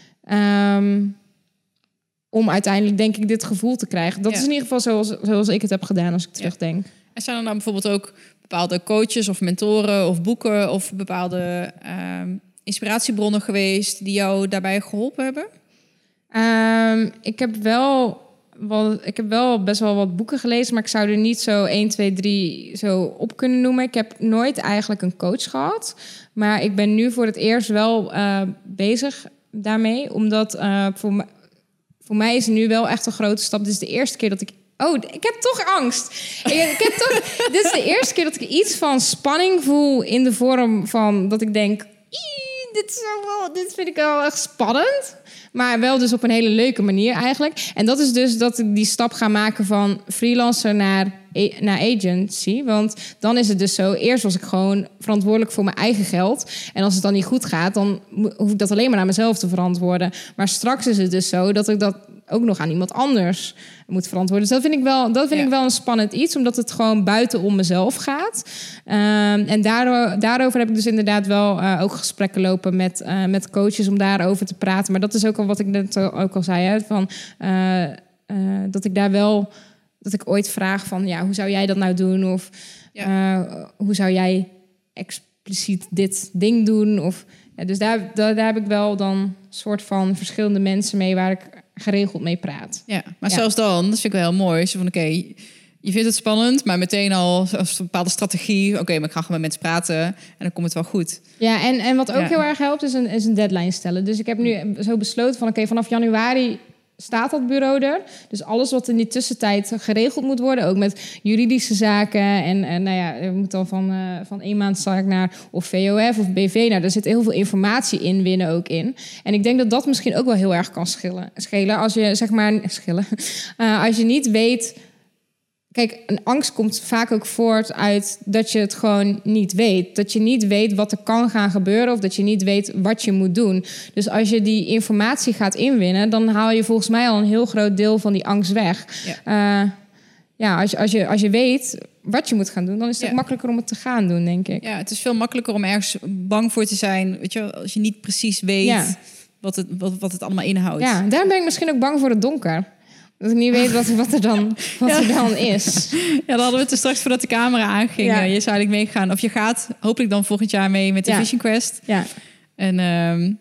Um, om uiteindelijk denk ik dit gevoel te krijgen. Dat ja. is in ieder geval zoals, zoals ik het heb gedaan als ik terugdenk. Ja. En zijn er dan bijvoorbeeld ook bepaalde coaches of mentoren of boeken of bepaalde um, inspiratiebronnen geweest die jou daarbij geholpen hebben? Um, ik heb wel wat, ik heb wel best wel wat boeken gelezen, maar ik zou er niet zo één, twee, drie zo op kunnen noemen. Ik heb nooit eigenlijk een coach gehad, maar ik ben nu voor het eerst wel uh, bezig daarmee, omdat uh, voor, m- voor mij is het nu wel echt een grote stap. Dit is de eerste keer dat ik Oh, ik heb toch angst. Ik, ik heb toch, dit is de eerste keer dat ik iets van spanning voel in de vorm van dat ik denk, dit, is wel, dit vind ik wel echt spannend. Maar wel dus op een hele leuke manier eigenlijk. En dat is dus dat ik die stap ga maken van freelancer naar, naar agency. Want dan is het dus zo, eerst was ik gewoon verantwoordelijk voor mijn eigen geld. En als het dan niet goed gaat, dan hoef ik dat alleen maar aan mezelf te verantwoorden. Maar straks is het dus zo dat ik dat ook nog aan iemand anders moet verantwoorden. Dus dat vind ik wel, dat vind ja. ik wel een spannend iets, omdat het gewoon buiten om mezelf gaat. Um, en daardoor, daarover heb ik dus inderdaad wel uh, ook gesprekken lopen met, uh, met coaches om daarover te praten. Maar dat is ook al wat ik net ook al zei, hè, van, uh, uh, dat ik daar wel, dat ik ooit vraag van, ja, hoe zou jij dat nou doen? Of ja. uh, hoe zou jij expliciet dit ding doen? Of, ja, dus daar, daar, daar heb ik wel dan soort van verschillende mensen mee waar ik geregeld mee praat. Ja, maar ja. zelfs dan, dat vind ik wel heel mooi. Zo van, oké, okay, je vindt het spannend, maar meteen al als een bepaalde strategie. Oké, okay, maar ik ga gewoon met mensen praten en dan komt het wel goed. Ja, en, en wat ook ja. heel erg helpt, is een, is een deadline stellen. Dus ik heb nu zo besloten van, oké, okay, vanaf januari staat dat bureau er. Dus alles wat in die tussentijd geregeld moet worden, ook met juridische zaken. En, en nou ja, we moeten dan van, uh, van één maand sta ik naar of V O F of B V. Nou, daar zit heel veel informatie in winnen ook in. En ik denk dat dat misschien ook wel heel erg kan schillen. schelen. Als je, zeg maar, schillen. Uh, als je niet weet. Kijk, een angst komt vaak ook voort uit dat je het gewoon niet weet. Dat je niet weet wat er kan gaan gebeuren of dat je niet weet wat je moet doen. Dus als je die informatie gaat inwinnen, dan haal je volgens mij al een heel groot deel van die angst weg. Ja, uh, ja als, je, als, je, als je weet wat je moet gaan doen, dan is het ja. ook makkelijker om het te gaan doen, denk ik. Ja, het is veel makkelijker om ergens bang voor te zijn, weet je, als je niet precies weet ja. wat, het, wat, wat het allemaal inhoudt. Ja, daarom ben ik misschien ook bang voor het donker. Dat ik niet weet wat, wat, er, dan, wat ja. er dan is. Ja, dan hadden we het er straks voordat de camera aanging. Ja. Je zou eigenlijk meegaan. Of je gaat hopelijk dan volgend jaar mee met de ja. Vision Quest. Ja. En um,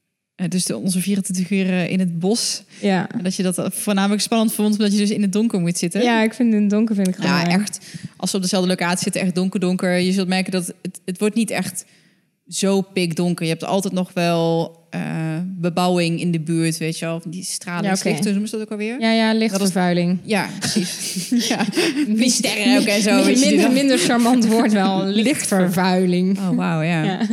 dus de, onze vierentwintig uur in het bos. Ja. En dat je dat voornamelijk spannend vond, omdat je dus in het donker moet zitten. Ja, ik vind in het donker vind ik gewoon... Ja, echt. Als we op dezelfde locatie zitten, echt donker, donker. Je zult merken dat het, het wordt niet echt zo pikdonker. Je hebt altijd nog wel uh, bebouwing in de buurt, weet je wel. Die stralingslichten, ja, okay. noemen ze dat ook alweer? Ja, ja, lichtvervuiling. Ja, precies. ja. Die sterren ook en zo. Minder, minder, minder charmant woord wel, lichtvervuiling. Oh, wauw, ja. ja.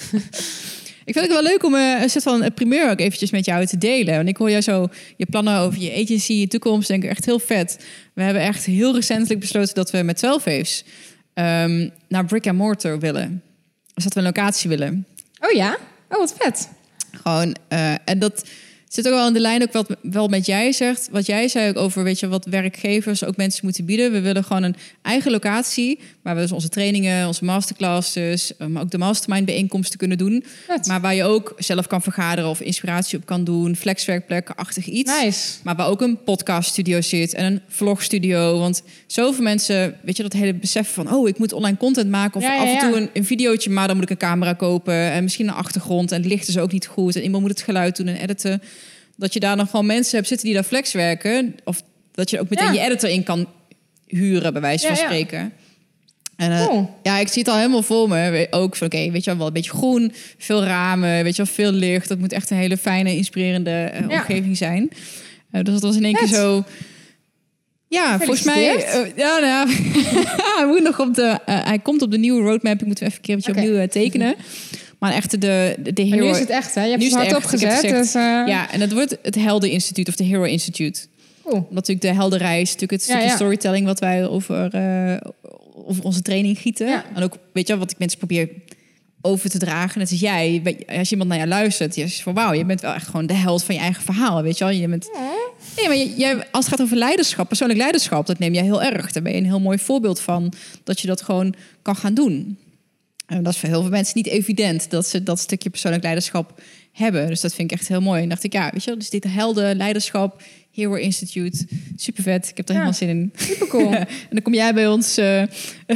Ik vind het wel leuk om uh, een soort van een primeur ook eventjes met jou te delen. Want ik hoor jou zo je plannen over je agency, je toekomst, denk ik echt heel vet. We hebben echt heel recentelijk besloten dat we met twaalf Waves um, naar brick and mortar willen. Dus dat we een locatie willen. Oh ja? Oh, wat vet. Gewoon, uh, en dat zit ook wel in de lijn ook wat wel met jij zegt. Wat jij zei ook over, weet je, wat werkgevers ook mensen moeten bieden. We willen gewoon een eigen locatie waar we dus onze trainingen, onze masterclasses, maar ook de mastermind bijeenkomsten kunnen doen. Vet. Maar waar je ook zelf kan vergaderen of inspiratie op kan doen. Flexwerkplekken-achtig iets. Nice. Maar waar ook een podcaststudio zit en een vlogstudio. Want zoveel mensen, weet je, dat hele besef van, oh, ik moet online content maken of ja, ja, af en toe ja. een, een videootje, maar dan moet ik een camera kopen en misschien een achtergrond en het licht is ook niet goed en iemand moet het geluid doen en editen. Dat je daar nog gewoon mensen hebt zitten die daar flex werken. Of dat je ook meteen ja. je editor in kan huren, bij wijze van ja, spreken. Ja. En uh, cool. ja, ik zie het al helemaal voor me. Ook van, oké, okay, weet je wel, wel een beetje groen, veel ramen, weet je wel, veel licht. Dat moet echt een hele fijne, inspirerende uh, ja. omgeving zijn. Uh, dus dat was in één keer zo. Ja, volgens mij. Uh, ja, nou ja. hij moet nog op de. Uh, hij komt op de nieuwe roadmap. Ik moet even een keertje okay. opnieuw uh, tekenen. Maar echt de, de, de hero... nu is het echt, hè? Je hebt het hard opgezet. Dus, uh... Ja, en het wordt het Helden Instituut of de Hero Institute. Cool. Omdat natuurlijk de heldenreis, natuurlijk het stukje ja, ja. storytelling wat wij over, uh, over onze training gieten. Ja. En ook, weet je wat ik mensen probeer over te dragen. Net als jij, als iemand naar jou luistert, je is van wauw, je bent wel echt gewoon de held van je eigen verhaal, weet je wel? Je bent... Nee, maar je, je, als het gaat over leiderschap, persoonlijk leiderschap, dat neem jij heel erg. Daar ben je een heel mooi voorbeeld van, dat je dat gewoon kan gaan doen. En dat is voor heel veel mensen niet evident dat ze dat stukje persoonlijk leiderschap hebben. Dus dat vind ik echt heel mooi. En dacht ik, ja, weet je wel, dus dit helden, leiderschap, Hero Institute, super vet. Ik heb er ja, helemaal zin in. Super cool. En dan kom jij bij ons. Uh...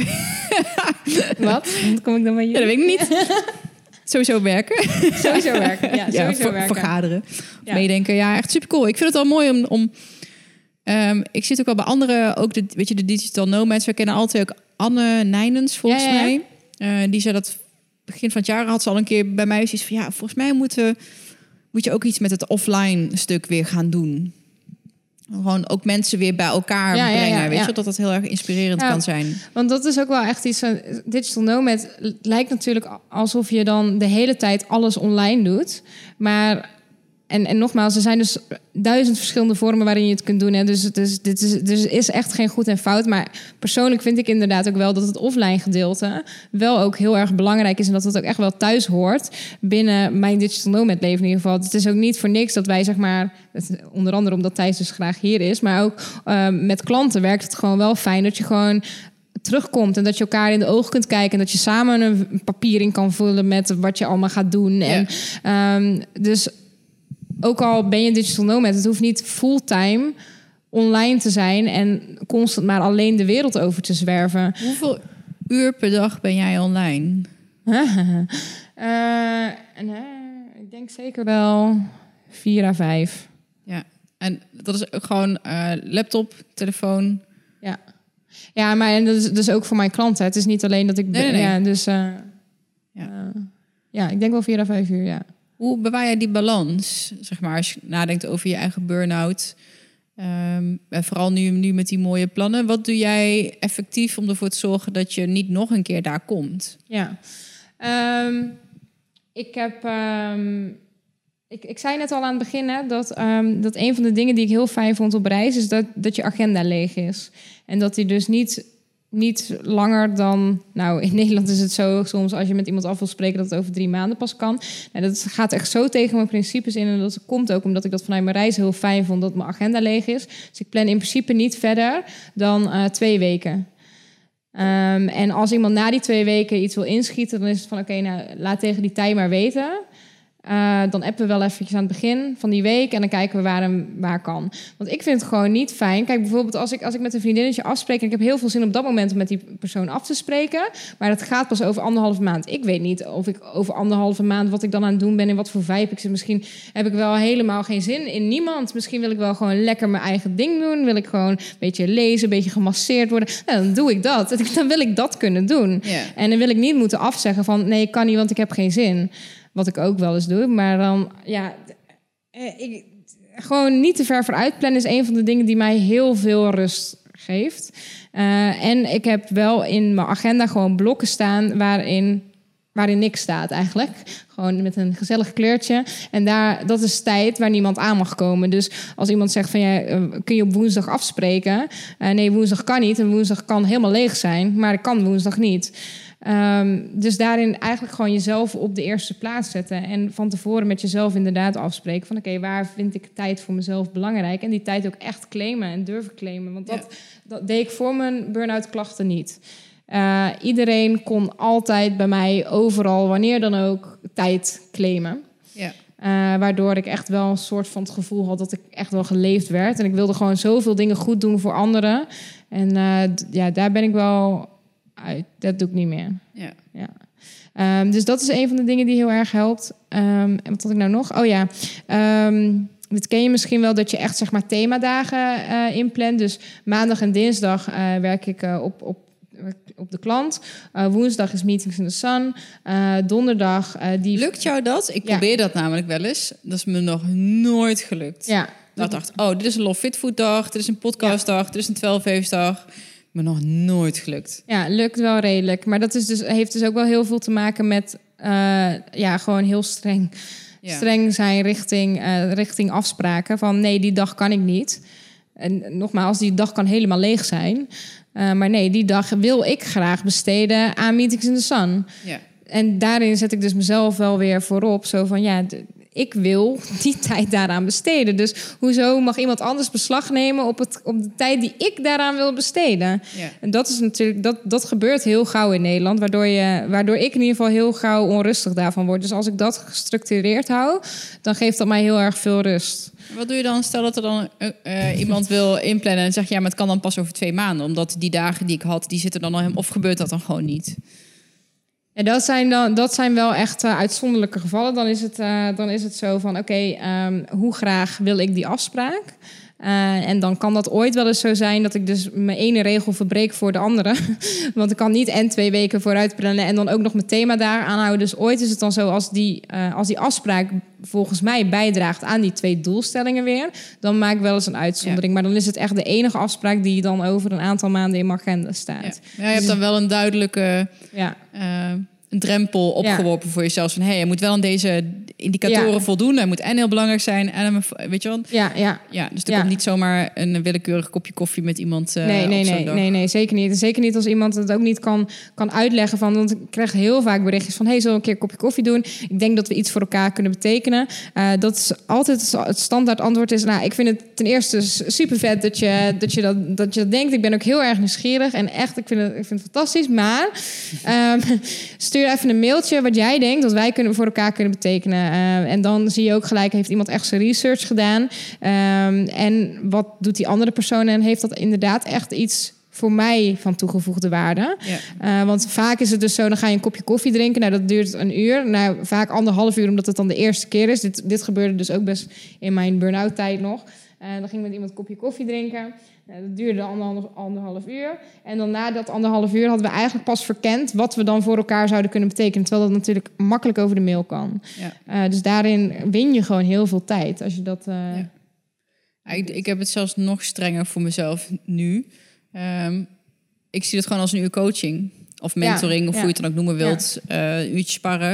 Wat? Wat kom ik dan bij je? Ja, dat weet ik niet. Sowieso werken. Sowieso werken. Ja, sowieso ja, ver- werken. Vergaderen. Ja. Meedenken. Ja, echt super cool. Ik vind het wel mooi om. om um, ik zit ook wel bij anderen, ook de, weet je, de digital nomads. We kennen altijd ook Anne Nijnens, volgens ja, ja, ja. mij. Uh, die zei dat begin van het jaar had ze al een keer bij mij zoiets van ja, volgens mij moeten, moet je ook iets met het offline stuk weer gaan doen. Gewoon ook mensen weer bij elkaar ja, brengen. Ja, ja, weet ja. je, dat dat heel erg inspirerend ja, kan zijn. Want dat is ook wel echt iets van digital nomad. Het lijkt natuurlijk alsof je dan de hele tijd alles online doet. Maar En, en nogmaals, er zijn dus duizend verschillende vormen waarin je het kunt doen. Hè. Dus het is, dit is, dus is echt geen goed en fout. Maar persoonlijk vind ik inderdaad ook wel dat het offline gedeelte wel ook heel erg belangrijk is. En dat het ook echt wel thuis hoort binnen mijn digital nomad leven in ieder geval. Het is ook niet voor niks dat wij zeg maar, onder andere omdat Thijs dus graag hier is, maar ook uh, met klanten werkt het gewoon wel fijn dat je gewoon terugkomt en dat je elkaar in de ogen kunt kijken en dat je samen een papier in kan vullen met wat je allemaal gaat doen. Ja. En um, dus ook al ben je digital nomad, het hoeft niet fulltime online te zijn en constant maar alleen de wereld over te zwerven. Hoeveel uur per dag ben jij online? uh, nee, ik denk zeker wel vier à vijf. Ja, en dat is gewoon uh, laptop, telefoon. Ja, ja, maar en dat is dus ook voor mijn klanten. Het is niet alleen dat ik nee, nee, nee. ja, dus uh, ja. Uh, ja, ik denk wel vier à vijf uur. Ja. Hoe bewaar jij die balans, zeg maar, als je nadenkt over je eigen burn-out? Um, en vooral nu, nu met die mooie plannen. Wat doe jij effectief om ervoor te zorgen dat je niet nog een keer daar komt? Ja, um, ik heb... Um, ik, ik zei net al aan het begin hè, dat, um, dat een van de dingen die ik heel fijn vond op reis is dat, dat je agenda leeg is. En dat die dus niet... Niet langer dan... Nou, in Nederland is het zo soms als je met iemand af wil spreken dat het over drie maanden pas kan. Nou, dat gaat echt zo tegen mijn principes in. En dat komt ook omdat ik dat vanuit mijn reis heel fijn vond dat mijn agenda leeg is. Dus ik plan in principe niet verder dan uh, twee weken. Um, en als iemand na die twee weken iets wil inschieten, dan is het van oké, okay, nou, laat tegen die tijd maar weten. Uh, dan appen we wel eventjes aan het begin van die week en dan kijken we waar hem waar kan. Want ik vind het gewoon niet fijn. Kijk, bijvoorbeeld als ik, als ik met een vriendinnetje afspreek en ik heb heel veel zin op dat moment om met die persoon af te spreken, maar dat gaat pas over anderhalve maand. Ik weet niet of ik over anderhalve maand wat ik dan aan het doen ben en wat voor vibe ik zit. Misschien heb ik wel helemaal geen zin in niemand. Misschien wil ik wel gewoon lekker mijn eigen ding doen. Wil ik gewoon een beetje lezen, een beetje gemasseerd worden. Nou, dan doe ik dat. Dan wil ik dat kunnen doen. Yeah. En dan wil ik niet moeten afzeggen van nee, ik kan niet, want ik heb geen zin. Wat ik ook wel eens doe. Maar dan, ja... Ik, gewoon niet te ver vooruit plannen is een van de dingen die mij heel veel rust geeft. Uh, en ik heb wel in mijn agenda gewoon blokken staan waarin... waarin niks staat eigenlijk. Gewoon met een gezellig kleurtje. En daar, dat is tijd waar niemand aan mag komen. Dus als iemand zegt van ja, kun je op woensdag afspreken? Uh, nee, woensdag kan niet. En woensdag kan helemaal leeg zijn. Maar ik kan woensdag niet. Um, dus daarin eigenlijk gewoon jezelf op de eerste plaats zetten. En van tevoren met jezelf inderdaad afspreken. Van oké, okay, waar vind ik tijd voor mezelf belangrijk? En die tijd ook echt claimen en durven claimen. Want dat, ja. dat deed ik voor mijn burn-out klachten niet. Uh, iedereen kon altijd bij mij overal, wanneer dan ook, tijd claimen. Ja. Uh, waardoor ik echt wel een soort van het gevoel had dat ik echt wel geleefd werd. En ik wilde gewoon zoveel dingen goed doen voor anderen. En uh, d- ja, daar ben ik wel uit. Dat doe ik niet meer. Ja. Ja. Um, dus dat is een van de dingen die heel erg helpt. Um, en wat had ik nou nog? Oh ja, um, dit ken je misschien wel, dat je echt zeg maar themadagen uh, inplant. Dus maandag en dinsdag uh, werk ik uh, op... op op de klant. Uh, woensdag is Meetings in the Sun. Uh, donderdag... Uh, die... Lukt jou dat? Ik probeer ja. dat namelijk wel eens. Dat is me nog nooit gelukt. Ja. Dat ik dacht, oh, dit is een Love Fit Food dag. Dit is een podcastdag. Ja. Dit is een twaalf waves dag. Me nog nooit gelukt. Ja, lukt wel redelijk. Maar dat is dus, heeft dus ook wel heel veel te maken met... Uh, ja, gewoon heel streng. Ja. Streng zijn richting, uh, richting afspraken. Van nee, die dag kan ik niet. En nogmaals, die dag kan helemaal leeg zijn... Uh, maar nee, die dag wil ik graag besteden aan Meetings in the Sun. Ja. En daarin zet ik dus mezelf wel weer voorop. Zo van, ja, d- ik wil die tijd daaraan besteden. Dus hoezo mag iemand anders beslag nemen op, het, op de tijd die ik daaraan wil besteden? Ja. En dat is natuurlijk, dat, dat gebeurt heel gauw in Nederland. Waardoor, je, waardoor ik in ieder geval heel gauw onrustig daarvan word. Dus als ik dat gestructureerd hou, dan geeft dat mij heel erg veel rust. Wat doe je dan? Stel dat er dan uh, uh, iemand wil inplannen en zegt... ja, maar het kan dan pas over twee maanden. Omdat die dagen die ik had, die zitten dan al helemaal... of gebeurt dat dan gewoon niet? Ja, dat zijn, dan, dat zijn wel echt uh, uitzonderlijke gevallen. Dan is het, uh, dan is het zo van, oké, okay, um, hoe graag wil ik die afspraak? Uh, en dan kan dat ooit wel eens zo zijn dat ik dus mijn ene regel verbreek voor de andere. Want ik kan niet en twee weken vooruit plannen en dan ook nog mijn thema daar aanhouden. Dus ooit is het dan zo, als die, uh, als die afspraak volgens mij bijdraagt aan die twee doelstellingen weer, dan maak ik wel eens een uitzondering. Ja. Maar dan is het echt de enige afspraak die dan over een aantal maanden in mijn agenda staat. Ja, ja, je hebt dan wel een duidelijke... Ja. Uh... een drempel opgeworpen ja. voor jezelf. Van, hey, je moet wel aan deze indicatoren ja. voldoen. Hij moet en heel belangrijk zijn. En weet je wel? Ja, ja. ja dus er ja. komt niet zomaar een willekeurig kopje koffie met iemand uh, nee, nee, op zo'n nee, dag. Nee, nee, zeker niet. En zeker niet als iemand het ook niet kan, kan uitleggen. Van, want ik krijg heel vaak berichtjes van... hey, zullen we een keer een kopje koffie doen? Ik denk dat we iets voor elkaar kunnen betekenen. Uh, dat is altijd het standaard antwoord is... nou, ik vind het ten eerste super vet dat je dat, je dat, dat je dat denkt. Ik ben ook heel erg nieuwsgierig. En echt, ik vind het, ik vind het fantastisch. Maar um, stuur even een mailtje wat jij denkt... dat wij kunnen voor elkaar kunnen betekenen. Uh, en dan zie je ook gelijk... heeft iemand echt zijn research gedaan. Um, en wat doet die andere persoon? En heeft dat inderdaad echt iets... voor mij van toegevoegde waarde. Ja. Uh, want vaak is het dus zo, dan ga je een kopje koffie drinken. Nou, dat duurt een uur. Nou, vaak anderhalf uur, omdat het dan de eerste keer is. Dit, dit gebeurde dus ook best in mijn burn-out tijd nog. Uh, dan ging ik met iemand een kopje koffie drinken. Uh, dat duurde anderhalf, anderhalf uur. En dan na dat anderhalf uur hadden we eigenlijk pas verkend... wat we dan voor elkaar zouden kunnen betekenen. Terwijl dat natuurlijk makkelijk over de mail kan. Ja. Uh, dus daarin win je gewoon heel veel tijd. Als je dat... Uh, ja. Ja, ik, ik heb het zelfs nog strenger voor mezelf nu... Um, ik zie het gewoon als een uur coaching. Of mentoring, ja, of ja. hoe je het dan ook noemen wilt. Ja. Uh, uurtje sparren.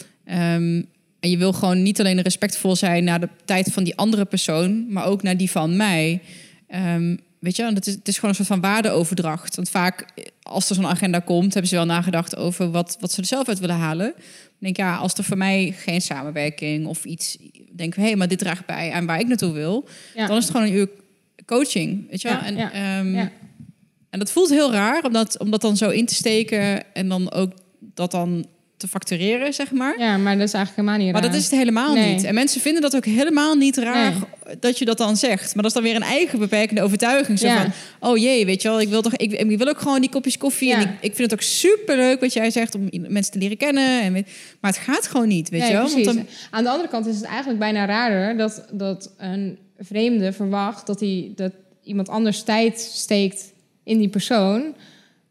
Um, en je wil gewoon niet alleen respectvol zijn... naar de tijd van die andere persoon... maar ook naar die van mij. Um, weet je, het is, het is gewoon een soort van waardeoverdracht. Want vaak, als er zo'n agenda komt... hebben ze wel nagedacht over wat, wat ze er zelf uit willen halen. Ik denk, ja, als er voor mij geen samenwerking of iets... denk hé, hey, maar dit draagt bij aan waar ik naartoe wil... Ja. dan is het gewoon een uur coaching, weet je wel? Ja, en, ja, um, ja. en dat voelt heel raar, om dat, om dat dan zo in te steken... en dan ook dat dan te factureren, zeg maar. Ja, maar dat is eigenlijk helemaal niet raar. Maar dat is het helemaal nee. niet. En mensen vinden dat ook helemaal niet raar nee. dat je dat dan zegt. Maar dat is dan weer een eigen beperkende overtuiging. Zo ja. van, oh jee, weet je wel, ik wil toch, ik, ik wil ook gewoon die kopjes koffie. Ja. En ik, ik vind het ook superleuk wat jij zegt om mensen te leren kennen. En, maar het gaat gewoon niet, weet nee, je wel. Want dan... Aan de andere kant is het eigenlijk bijna raarder dat, dat een vreemde verwacht dat hij dat iemand anders tijd steekt in die persoon.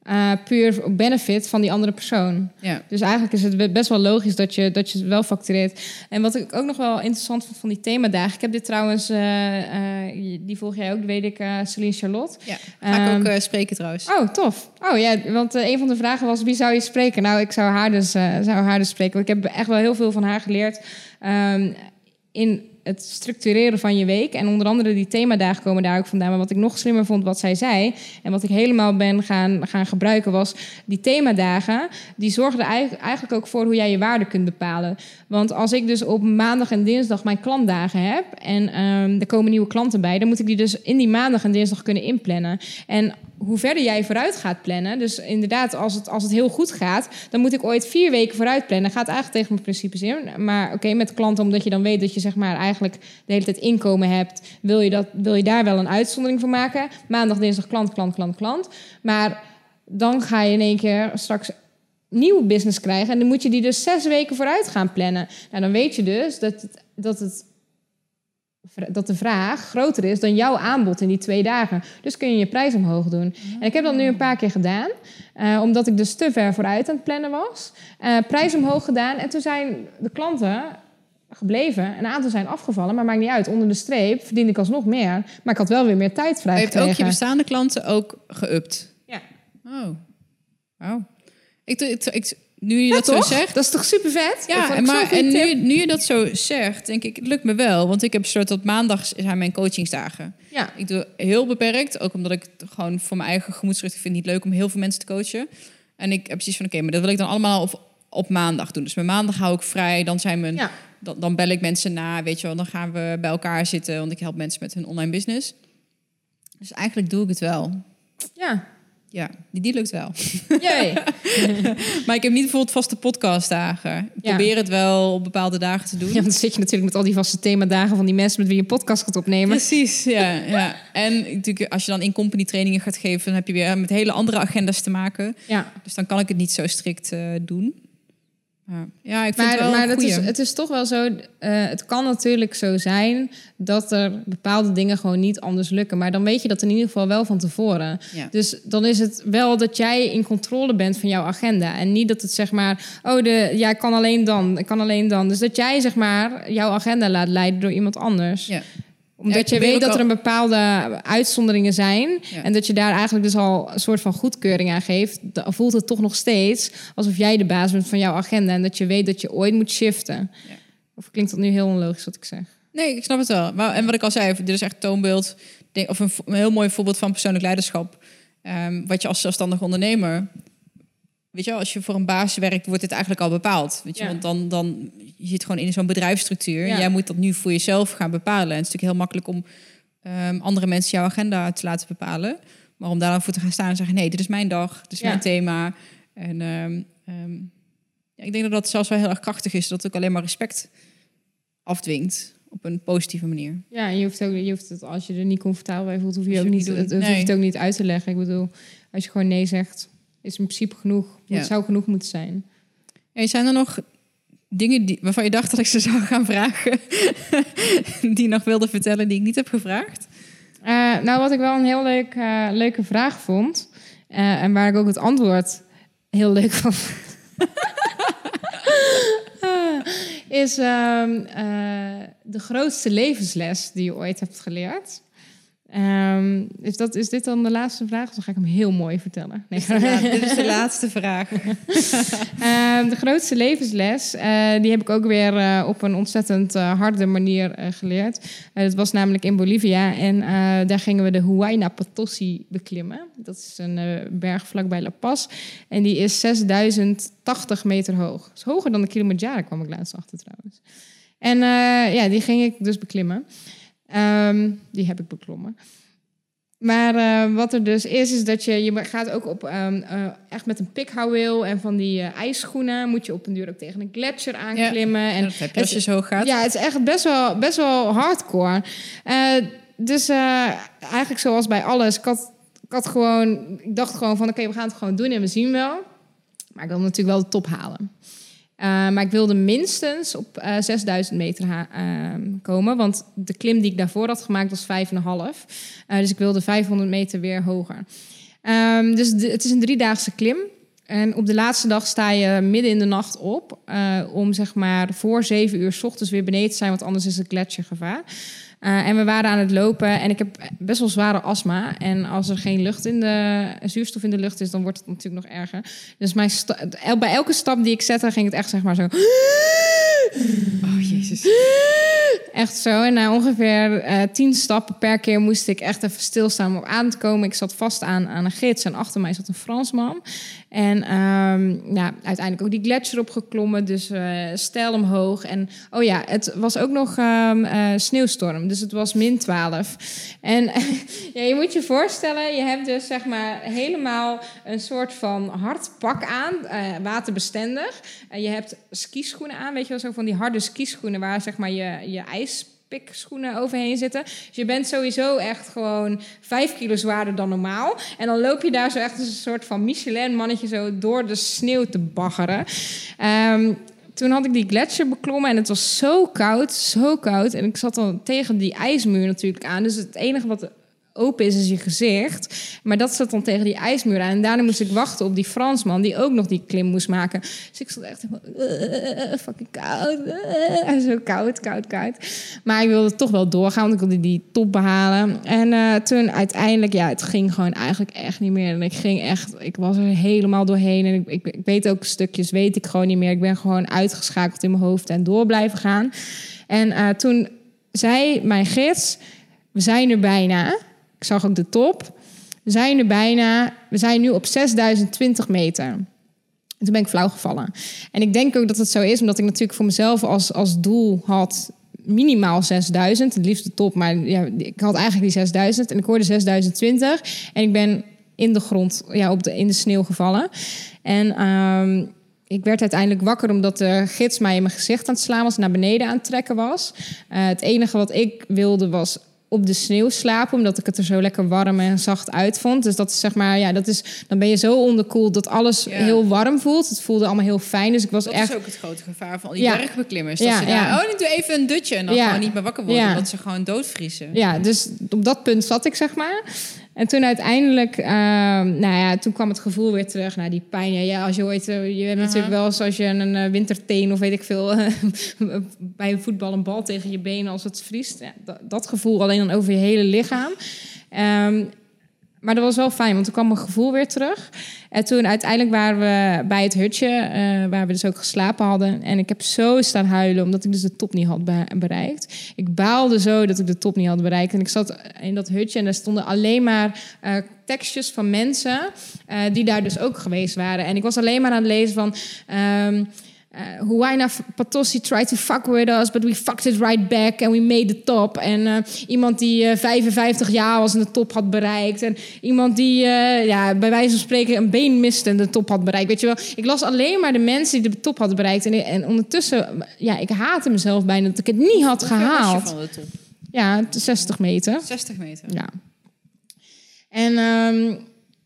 Uh, puur benefit van die andere persoon. Ja. Dus eigenlijk is het best wel logisch dat je, dat je het wel factureert. En wat ik ook nog wel interessant vond van die themadagen... Ik heb dit trouwens, uh, uh, die volg jij ook, weet ik, uh, Celine Charlotte. Ja, ga ik um, ook uh, spreken trouwens. Oh, tof. Oh ja, want uh, een van de vragen was, wie zou je spreken? Nou, ik zou haar dus, uh, zou haar dus spreken. Want ik heb echt wel heel veel van haar geleerd... Um, in het structureren van je week. En onder andere die themadagen komen daar ook vandaan. Maar wat ik nog slimmer vond wat zij zei... en wat ik helemaal ben gaan, gaan gebruiken was... die themadagen, die zorgen er eigenlijk ook voor... hoe jij je waarde kunt bepalen. Want als ik dus op maandag en dinsdag mijn klantdagen heb... en um, er komen nieuwe klanten bij... dan moet ik die dus in die maandag en dinsdag kunnen inplannen. En hoe verder jij vooruit gaat plannen... dus inderdaad, als het, als het heel goed gaat... dan moet ik ooit vier weken vooruit plannen. Gaat eigenlijk tegen mijn principes in. Maar oké, okay, met klanten, omdat je dan weet dat je zeg maar... eigenlijk de hele tijd inkomen hebt... wil je, dat, wil je daar wel een uitzondering voor maken. Maandag, dinsdag, klant, klant, klant, klant. Maar dan ga je in één keer straks... nieuwe business krijgen... en dan moet je die dus zes weken vooruit gaan plannen. Nou, dan weet je dus dat het... Dat het dat de vraag groter is dan jouw aanbod in die twee dagen. Dus kun je je prijs omhoog doen. En ik heb dat nu een paar keer gedaan. Uh, omdat ik dus te ver vooruit aan het plannen was. Uh, prijs omhoog gedaan. En toen zijn de klanten gebleven. Een aantal zijn afgevallen, maar maakt niet uit. Onder de streep verdiende ik alsnog meer. Maar ik had wel weer meer tijd vrij. Je hebt ook je bestaande klanten ook geüpt? Ja. Oh. Wow. Ik, ik, ik, nu je ja, dat toch? zo zegt... Dat is toch super vet? Ja, en, maar, en nu, nu je dat zo zegt, denk ik, het lukt me wel. Want ik heb soort tot maandag zijn mijn coachingsdagen. Ja. Ik doe heel beperkt, ook omdat ik het gewoon voor mijn eigen gemoedsrust vind het niet leuk om heel veel mensen te coachen. En ik heb precies van, oké, okay, maar dat wil ik dan allemaal op, op maandag doen. Dus mijn maandag hou ik vrij, dan zijn mijn, ja. dan, dan bel ik mensen na, weet je wel, dan gaan we bij elkaar zitten, want ik help mensen met hun online business. Dus eigenlijk doe ik het wel. Ja. Ja, die, die lukt wel. Jee. Maar ik heb niet bijvoorbeeld vaste podcastdagen. Ik ja. probeer het wel op bepaalde dagen te doen. Ja, want dan zit je natuurlijk met al die vaste themadagen van die mensen met wie je podcast gaat opnemen. Precies, ja. ja. En natuurlijk, als je dan in company trainingen gaat geven, dan heb je weer met hele andere agendas te maken. Ja. Dus dan kan ik het niet zo strikt uh, doen. Maar, ja, ik vind maar, het wel maar het is, goeie. het is toch wel zo... Uh, het kan natuurlijk zo zijn dat er bepaalde dingen gewoon niet anders lukken. Maar dan weet je dat in ieder geval wel van tevoren. Ja. Dus dan is het wel dat jij in controle bent van jouw agenda. En niet dat het zeg maar... Oh, de, ja, ik kan alleen dan, ik kan alleen dan. Dus dat jij zeg maar jouw agenda laat leiden door iemand anders. Ja. Omdat ja, je weet dat al... er een bepaalde uitzonderingen zijn. Ja. En dat je daar eigenlijk dus al een soort van goedkeuring aan geeft. Dan voelt het toch nog steeds alsof jij de baas bent van jouw agenda. En dat je weet dat je ooit moet shiften. Ja. Of klinkt dat nu heel onlogisch wat ik zeg? Nee, ik snap het wel. Maar, en wat ik al zei, dit is echt toonbeeld. Of een, een heel mooi voorbeeld van persoonlijk leiderschap. Um, wat je als zelfstandig ondernemer... Weet je wel, als je voor een baas werkt, wordt dit eigenlijk al bepaald. Weet je, ja. Want dan, dan je zit gewoon in zo'n bedrijfsstructuur. Ja. En jij moet dat nu voor jezelf gaan bepalen. En het is natuurlijk heel makkelijk om um, andere mensen jouw agenda te laten bepalen. Maar om daar dan voor te gaan staan en zeggen... nee, dit is mijn dag, dit is ja. mijn thema. En um, um, ja, ik denk dat dat zelfs wel heel erg krachtig is. Dat het ook alleen maar respect afdwingt op een positieve manier. Ja, en je hoeft, ook, je hoeft het, als je er niet comfortabel bij voelt... hoef je, je ook niet, het, nee. hoef je het ook niet uit te leggen. Ik bedoel, als je gewoon nee zegt... is in principe genoeg. Ja. Het zou genoeg moeten zijn. Ja, zijn er nog dingen die, waarvan je dacht dat ik ze zou gaan vragen... die je nog wilde vertellen, die ik niet heb gevraagd? Uh, nou, wat ik wel een heel leuk, uh, leuke vraag vond... Uh, en waar ik ook het antwoord heel leuk vond... uh, is uh, uh, de grootste levensles die je ooit hebt geleerd... Um, is, dat, is dit dan de laatste vraag? Dan ga ik hem heel mooi vertellen. Nee. Ja, dit is de laatste vraag. um, de grootste levensles, uh, die heb ik ook weer uh, op een ontzettend uh, harde manier uh, geleerd. Uh, dat was namelijk in Bolivia en uh, daar gingen we de Huayna Potosí beklimmen. Dat is een uh, berg vlakbij La Paz en die is zesduizend tachtig meter hoog. Dat is hoger dan de Kilimanjaro, kwam ik laatst achter trouwens. En uh, ja, die ging ik dus beklimmen. Um, die heb ik beklommen. Maar uh, wat er dus is, is dat je... je gaat ook op um, uh, echt met een pikhouweel en van die uh, ijsschoenen... moet je op een duur ook tegen een gletsjer aanklimmen. Ja, en dat heb je als je zo gaat. Ja, het is echt best wel, best wel hardcore. Uh, dus uh, eigenlijk zoals bij alles. Ik had, ik had gewoon... Ik dacht gewoon van, oké, okay, we gaan het gewoon doen en we zien wel. Maar ik wil natuurlijk wel de top halen. Uh, maar ik wilde minstens op uh, zesduizend meter ha- uh, komen. Want de klim die ik daarvoor had gemaakt was vijf komma vijf. Uh, dus ik wilde vijfhonderd meter weer hoger. Um, dus de, het is een driedaagse klim. En op de laatste dag sta je midden in de nacht op... Uh, om zeg maar voor zeven uur 's ochtends weer beneden te zijn... want anders is het gletsjergevaar. Uh, en we waren aan het lopen en ik heb best wel zware astma. En als er geen lucht in de zuurstof in de lucht is, dan wordt het natuurlijk nog erger. Dus mijn sta- bij elke stap die ik zette, ging het echt zeg maar zo... Oh, jezus. Echt zo. En na ongeveer uh, tien stappen per keer moest ik echt even stilstaan om op aan te komen. Ik zat vast aan, aan een gids en achter mij zat een Fransman. En um, ja, uiteindelijk ook die gletsjer opgeklommen, dus uh, steil omhoog. En oh ja, het was ook nog um, uh, sneeuwstorm, dus het was min twaalf. En ja, je moet je voorstellen, je hebt dus zeg maar helemaal een soort van hard pak aan, uh, waterbestendig. Uh, je hebt skischoenen aan, weet je wel, zo van die harde skischoenen waar zeg maar je, je ijspikschoenen overheen zitten. Dus je bent sowieso echt gewoon vijf kilo zwaarder dan normaal. En dan loop je daar zo echt als een soort van Michelin-mannetje zo door de sneeuw te baggeren. Um, Toen had ik die gletsjer beklommen en het was zo koud, zo koud. En ik zat dan tegen die ijsmuur natuurlijk aan. Dus het enige wat open is, is je gezicht. Maar dat zat dan tegen die ijsmuur aan. En daarna moest ik wachten op die Fransman die ook nog die klim moest maken. Dus ik zat echt helemaal... Uh, fucking koud. Uh, zo koud, koud, koud. Maar ik wilde toch wel doorgaan, want ik wilde die top behalen. En uh, toen uiteindelijk, ja, het ging gewoon eigenlijk echt niet meer. En ik ging echt... Ik was er helemaal doorheen. En ik, ik, ik weet ook stukjes, weet ik gewoon niet meer. Ik ben gewoon uitgeschakeld in mijn hoofd en door blijven gaan. En uh, toen zei mijn gids... We zijn er bijna... Ik zag ook de top. We zijn er bijna. We zijn nu op zesduizend twintig meter. En toen ben ik flauw gevallen. En ik denk ook dat het zo is, omdat ik natuurlijk voor mezelf als, als doel had minimaal zesduizend. Het liefst de top, maar ja, ik had eigenlijk die zesduizend. En ik hoorde zesduizend twintig. En ik ben in de grond, ja, op de, in de sneeuw gevallen. En um, ik werd uiteindelijk wakker omdat de gids mij in mijn gezicht aan het slaan was, naar beneden aan het trekken was. Uh, het enige wat ik wilde was op de sneeuw slapen, omdat ik het er zo lekker warm en zacht uit vond. Dus dat is zeg maar, ja, dat is, dan ben je zo onderkoeld dat alles ja. heel warm voelt. Het voelde allemaal heel fijn, dus ik was dat echt... Dat is ook het grote gevaar van al die ja. bergbeklimmers. Dat ja, ze daar, ja. oh, ik doe even een dutje en dan ja. gewoon niet meer wakker worden, ja. omdat ze gewoon doodvriezen. Ja, dus op dat punt zat ik, zeg maar. En toen uiteindelijk, uh, nou ja, toen kwam het gevoel weer terug. Nou, die pijn, ja, ja als je ooit, uh, je hebt uh-huh. natuurlijk wel eens als je een uh, winterteen of weet ik veel, uh, bij een voetbal een bal tegen je benen als het vriest. Ja, dat, dat gevoel alleen dan over je hele lichaam. Um, maar dat was wel fijn, want toen kwam mijn gevoel weer terug. En toen uiteindelijk waren we bij het hutje, uh, waar we dus ook geslapen hadden. En ik heb zo staan huilen, omdat ik dus de top niet had be- bereikt. Ik baalde zo dat ik de top niet had bereikt. En ik zat in dat hutje en daar stonden alleen maar uh, tekstjes van mensen uh, die daar dus ook geweest waren. En ik was alleen maar aan het lezen van... Um, Uh, Huayna Potosi tried to fuck with us, but we fucked it right back and we made the top. En uh, iemand die uh, vijfenvijftig jaar was en de top had bereikt. En iemand die uh, ja, bij wijze van spreken een been miste en de top had bereikt. Weet je wel, ik las alleen maar de mensen die de top hadden bereikt. En, en ondertussen, ja, ik haatte mezelf bijna dat ik het niet had Hoe gehaald. Hoe was je van de top? Ja, zestig meter. zestig meter? Ja. En... Um,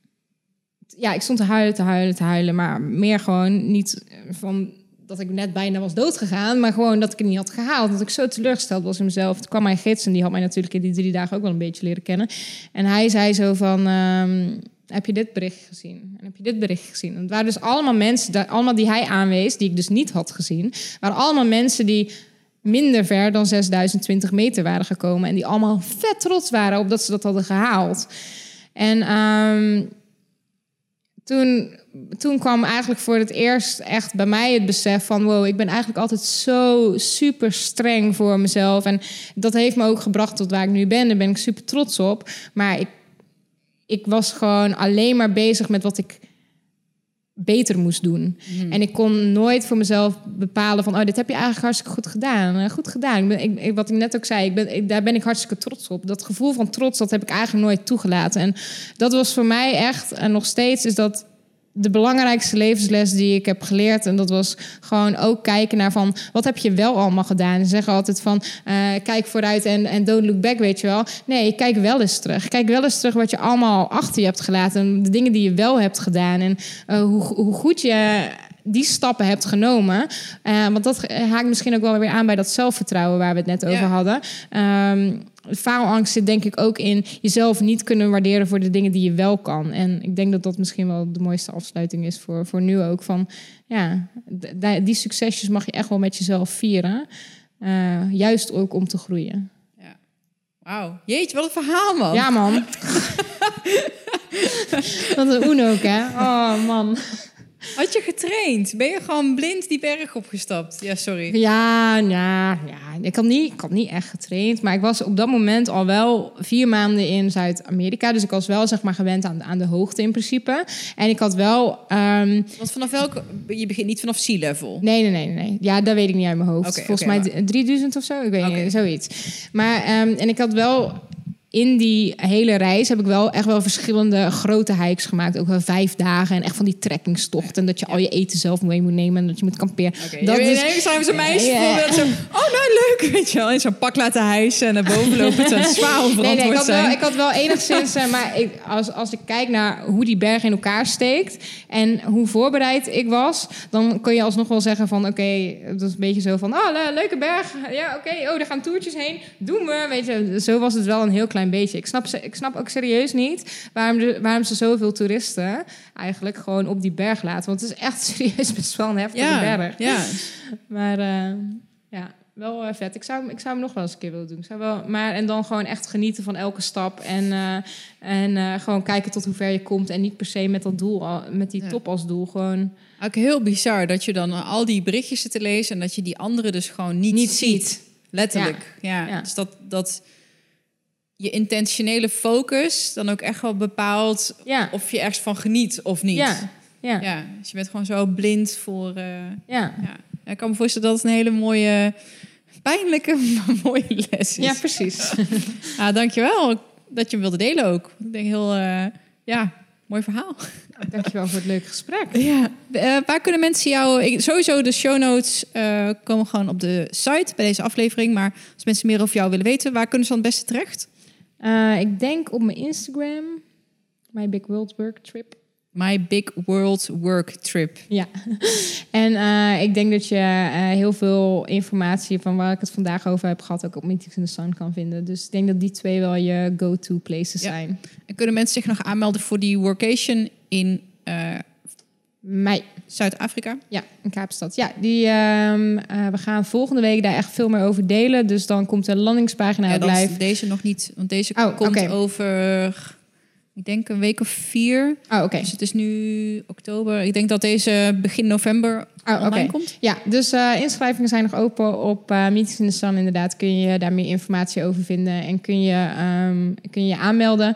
ja, ik stond te huilen, te huilen, te huilen. Maar meer gewoon niet van... dat ik net bijna was doodgegaan, maar gewoon dat ik het niet had gehaald. Dat ik zo teleurgesteld was in mezelf. Toen kwam mijn gids en die had mij natuurlijk in die drie dagen ook wel een beetje leren kennen. En hij zei zo van, um, heb je dit bericht gezien? En heb je dit bericht gezien? En het waren dus allemaal mensen, allemaal die hij aanwees, die ik dus niet had gezien. Het waren allemaal mensen die minder ver dan zesduizend twintig meter waren gekomen. En die allemaal vet trots waren op dat ze dat hadden gehaald. En um, toen... Toen kwam eigenlijk voor het eerst echt bij mij het besef van... wow, ik ben eigenlijk altijd zo super streng voor mezelf. En dat heeft me ook gebracht tot waar ik nu ben. Daar ben ik super trots op. Maar ik, ik was gewoon alleen maar bezig met wat ik beter moest doen. Hmm. En ik kon nooit voor mezelf bepalen van... oh, dit heb je eigenlijk hartstikke goed gedaan. Goed gedaan. Ik ben, ik, wat ik net ook zei, ik ben, ik, daar ben ik hartstikke trots op. Dat gevoel van trots, dat heb ik eigenlijk nooit toegelaten. En dat was voor mij echt, en nog steeds is dat... de belangrijkste levensles die ik heb geleerd. En dat was gewoon ook kijken naar van... wat heb je wel allemaal gedaan? Ze zeggen altijd van... Uh, kijk vooruit en, en don't look back, weet je wel. Nee, kijk wel eens terug. Kijk wel eens terug wat je allemaal achter je hebt gelaten. En de dingen die je wel hebt gedaan. En uh, hoe, hoe goed je die stappen hebt genomen. Uh, want dat haakt misschien ook wel weer aan bij dat zelfvertrouwen... waar we het net over ja. hadden. Um, faalangst zit denk ik ook in jezelf niet kunnen waarderen voor de dingen die je wel kan. En ik denk dat dat misschien wel de mooiste afsluiting is voor, voor nu ook. Van ja, d- die succesjes mag je echt wel met jezelf vieren. Uh, juist ook om te groeien. Ja. Wauw. Jeetje, wat een verhaal, man. Ja, man. Wat een Uno ook, hè? Oh, man. Had je getraind? Ben je gewoon blind die berg opgestapt? Ja, sorry. Ja, ja, ja. Ik had niet, ik had niet echt getraind. Maar ik was op dat moment al wel vier maanden in Zuid-Amerika. Dus ik was wel zeg maar gewend aan, aan de hoogte in principe. En ik had wel... Um... Want vanaf welke... Je begint niet vanaf sea level? Nee, nee, nee, nee. Ja, dat weet ik niet uit mijn hoofd. Okay, Volgens okay, mij maar... drieduizend of zo. Ik weet okay. niet, zoiets. Maar, um, en ik had wel... In die hele reis heb ik wel echt wel verschillende grote hikes gemaakt. Ook wel vijf dagen en echt van die trekkingstochten. En dat je ja. al je eten zelf mee moet nemen en dat je moet kamperen. Okay. Dat is... Nee, zijn zo'n meisje yeah. zo, oh, nou leuk, weet je wel. In zo'n pak laten hijsen en naar boven lopen. Het is zwaar onverantwoord nee, nee, ik had zijn. Wel, ik had wel enigszins... maar ik, als, als ik kijk naar hoe die berg in elkaar steekt... en hoe voorbereid ik was... dan kun je alsnog wel zeggen van... oké, okay, dat is een beetje zo van... oh, le- leuke berg. Ja, oké. Okay, oh, daar gaan toertjes heen. Doen we. Weet je, zo was het wel een heel klein beetje. Ik snap, ik snap ook serieus niet waarom, de, waarom ze zoveel toeristen eigenlijk gewoon op die berg laten. Want het is echt serieus best wel een heftige ja, berg. Ja. Maar uh, ja, wel uh, vet. Ik zou, ik zou hem nog wel eens een keer willen doen. Ik zou wel, maar, en dan gewoon echt genieten van elke stap. En, uh, en uh, gewoon kijken tot hoe ver je komt. En niet per se met dat doel, met die ja. top als doel. Gewoon... Ook heel bizar dat je dan al die berichtjes zit te lezen... en dat je die anderen dus gewoon niet, niet ziet. ziet. Letterlijk. Ja. Ja. Ja. Dus dat... dat je intentionele focus dan ook echt wel bepaalt ja. of je ergens van geniet of niet. Ja, ja. ja dus je bent gewoon zo blind voor... Uh, ja. ja. Ik kan me voorstellen dat het een hele mooie, pijnlijke, maar mooie les is. Ja, precies. ah, dankjewel dat je hem wilde delen ook. Ik denk heel, uh, ja, mooi verhaal. Dankjewel voor het leuke gesprek. Ja. Uh, waar kunnen mensen jou... Ik, sowieso de show notes uh, komen gewoon op de site bij deze aflevering. Maar als mensen meer over jou willen weten, waar kunnen ze dan het beste terecht? Uh, ik denk op mijn Instagram, My Big World Work Trip. My Big World Work Trip. Ja. En uh, ik denk dat je uh, heel veel informatie van waar ik het vandaag over heb gehad ook op Meetings in the Sun kan vinden. Dus ik denk dat die twee wel je go-to places ja. zijn. En kunnen mensen zich nog aanmelden voor die workation in uh, mei? Zuid-Afrika? Ja, in Kaapstad. Ja, die, um, uh, we gaan volgende week daar echt veel meer over delen. Dus dan komt de landingspagina ja, live. Deze nog niet, want deze oh, komt okay. over... Ik denk een week of vier. Oh, okay. Dus het is nu oktober. Ik denk dat deze begin november oh, online okay. komt. Ja, dus uh, inschrijvingen zijn nog open op uh, Meetings in the Sun. Inderdaad, kun je daar meer informatie over vinden. En kun je um, kun je, je aanmelden.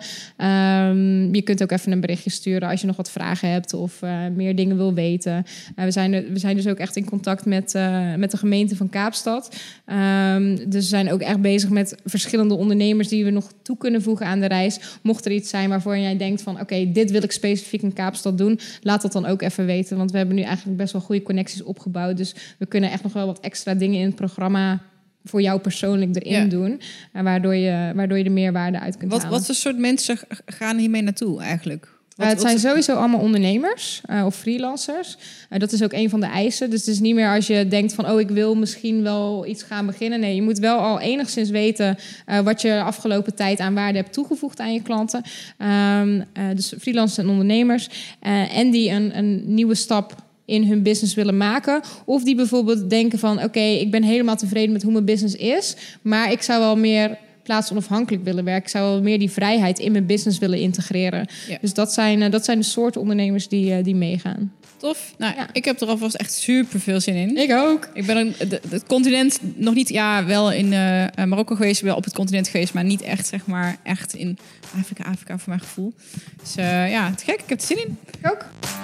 Um, je kunt ook even een berichtje sturen als je nog wat vragen hebt of uh, meer dingen wil weten. Uh, we, zijn er, we zijn dus ook echt in contact met, uh, met de gemeente van Kaapstad. Um, dus we zijn ook echt bezig met verschillende ondernemers die we nog toe kunnen voegen aan de reis. Mocht er iets zijn waarvoor jij denkt van... oké, okay, dit wil ik specifiek in Kaapstad doen. Laat dat dan ook even weten. Want we hebben nu eigenlijk best wel goede connecties opgebouwd. Dus we kunnen echt nog wel wat extra dingen in het programma... voor jou persoonlijk erin ja. doen. Waardoor je, waardoor je er meerwaarde uit kunt wat, halen. Wat voor soort mensen gaan hiermee naartoe eigenlijk? Wat, uh, het zijn sowieso allemaal ondernemers uh, of freelancers. Uh, dat is ook een van de eisen. Dus het is niet meer als je denkt van... oh, ik wil misschien wel iets gaan beginnen. Nee, je moet wel al enigszins weten... Uh, wat je de afgelopen tijd aan waarde hebt toegevoegd aan je klanten. Um, uh, dus freelancers en ondernemers. Uh, en die een, een nieuwe stap... in hun business willen maken. Of die bijvoorbeeld denken van... oké, okay, ik ben helemaal tevreden met hoe mijn business is... maar ik zou wel meer... plaatsonafhankelijk willen werken. Ik zou wel meer die vrijheid in mijn business willen integreren. Ja. Dus dat zijn, uh, dat zijn de soorten ondernemers die, uh, die meegaan. Tof. Nou, ja. Ik heb er alvast echt super veel zin in. Ik ook. Ik ben een, de, het continent nog niet... Ja, wel in uh, Marokko geweest, wel op het continent geweest... maar niet echt, zeg maar, echt in Afrika, Afrika voor mijn gevoel. Dus uh, ja, het gek. Ik heb er zin in. Ik ook.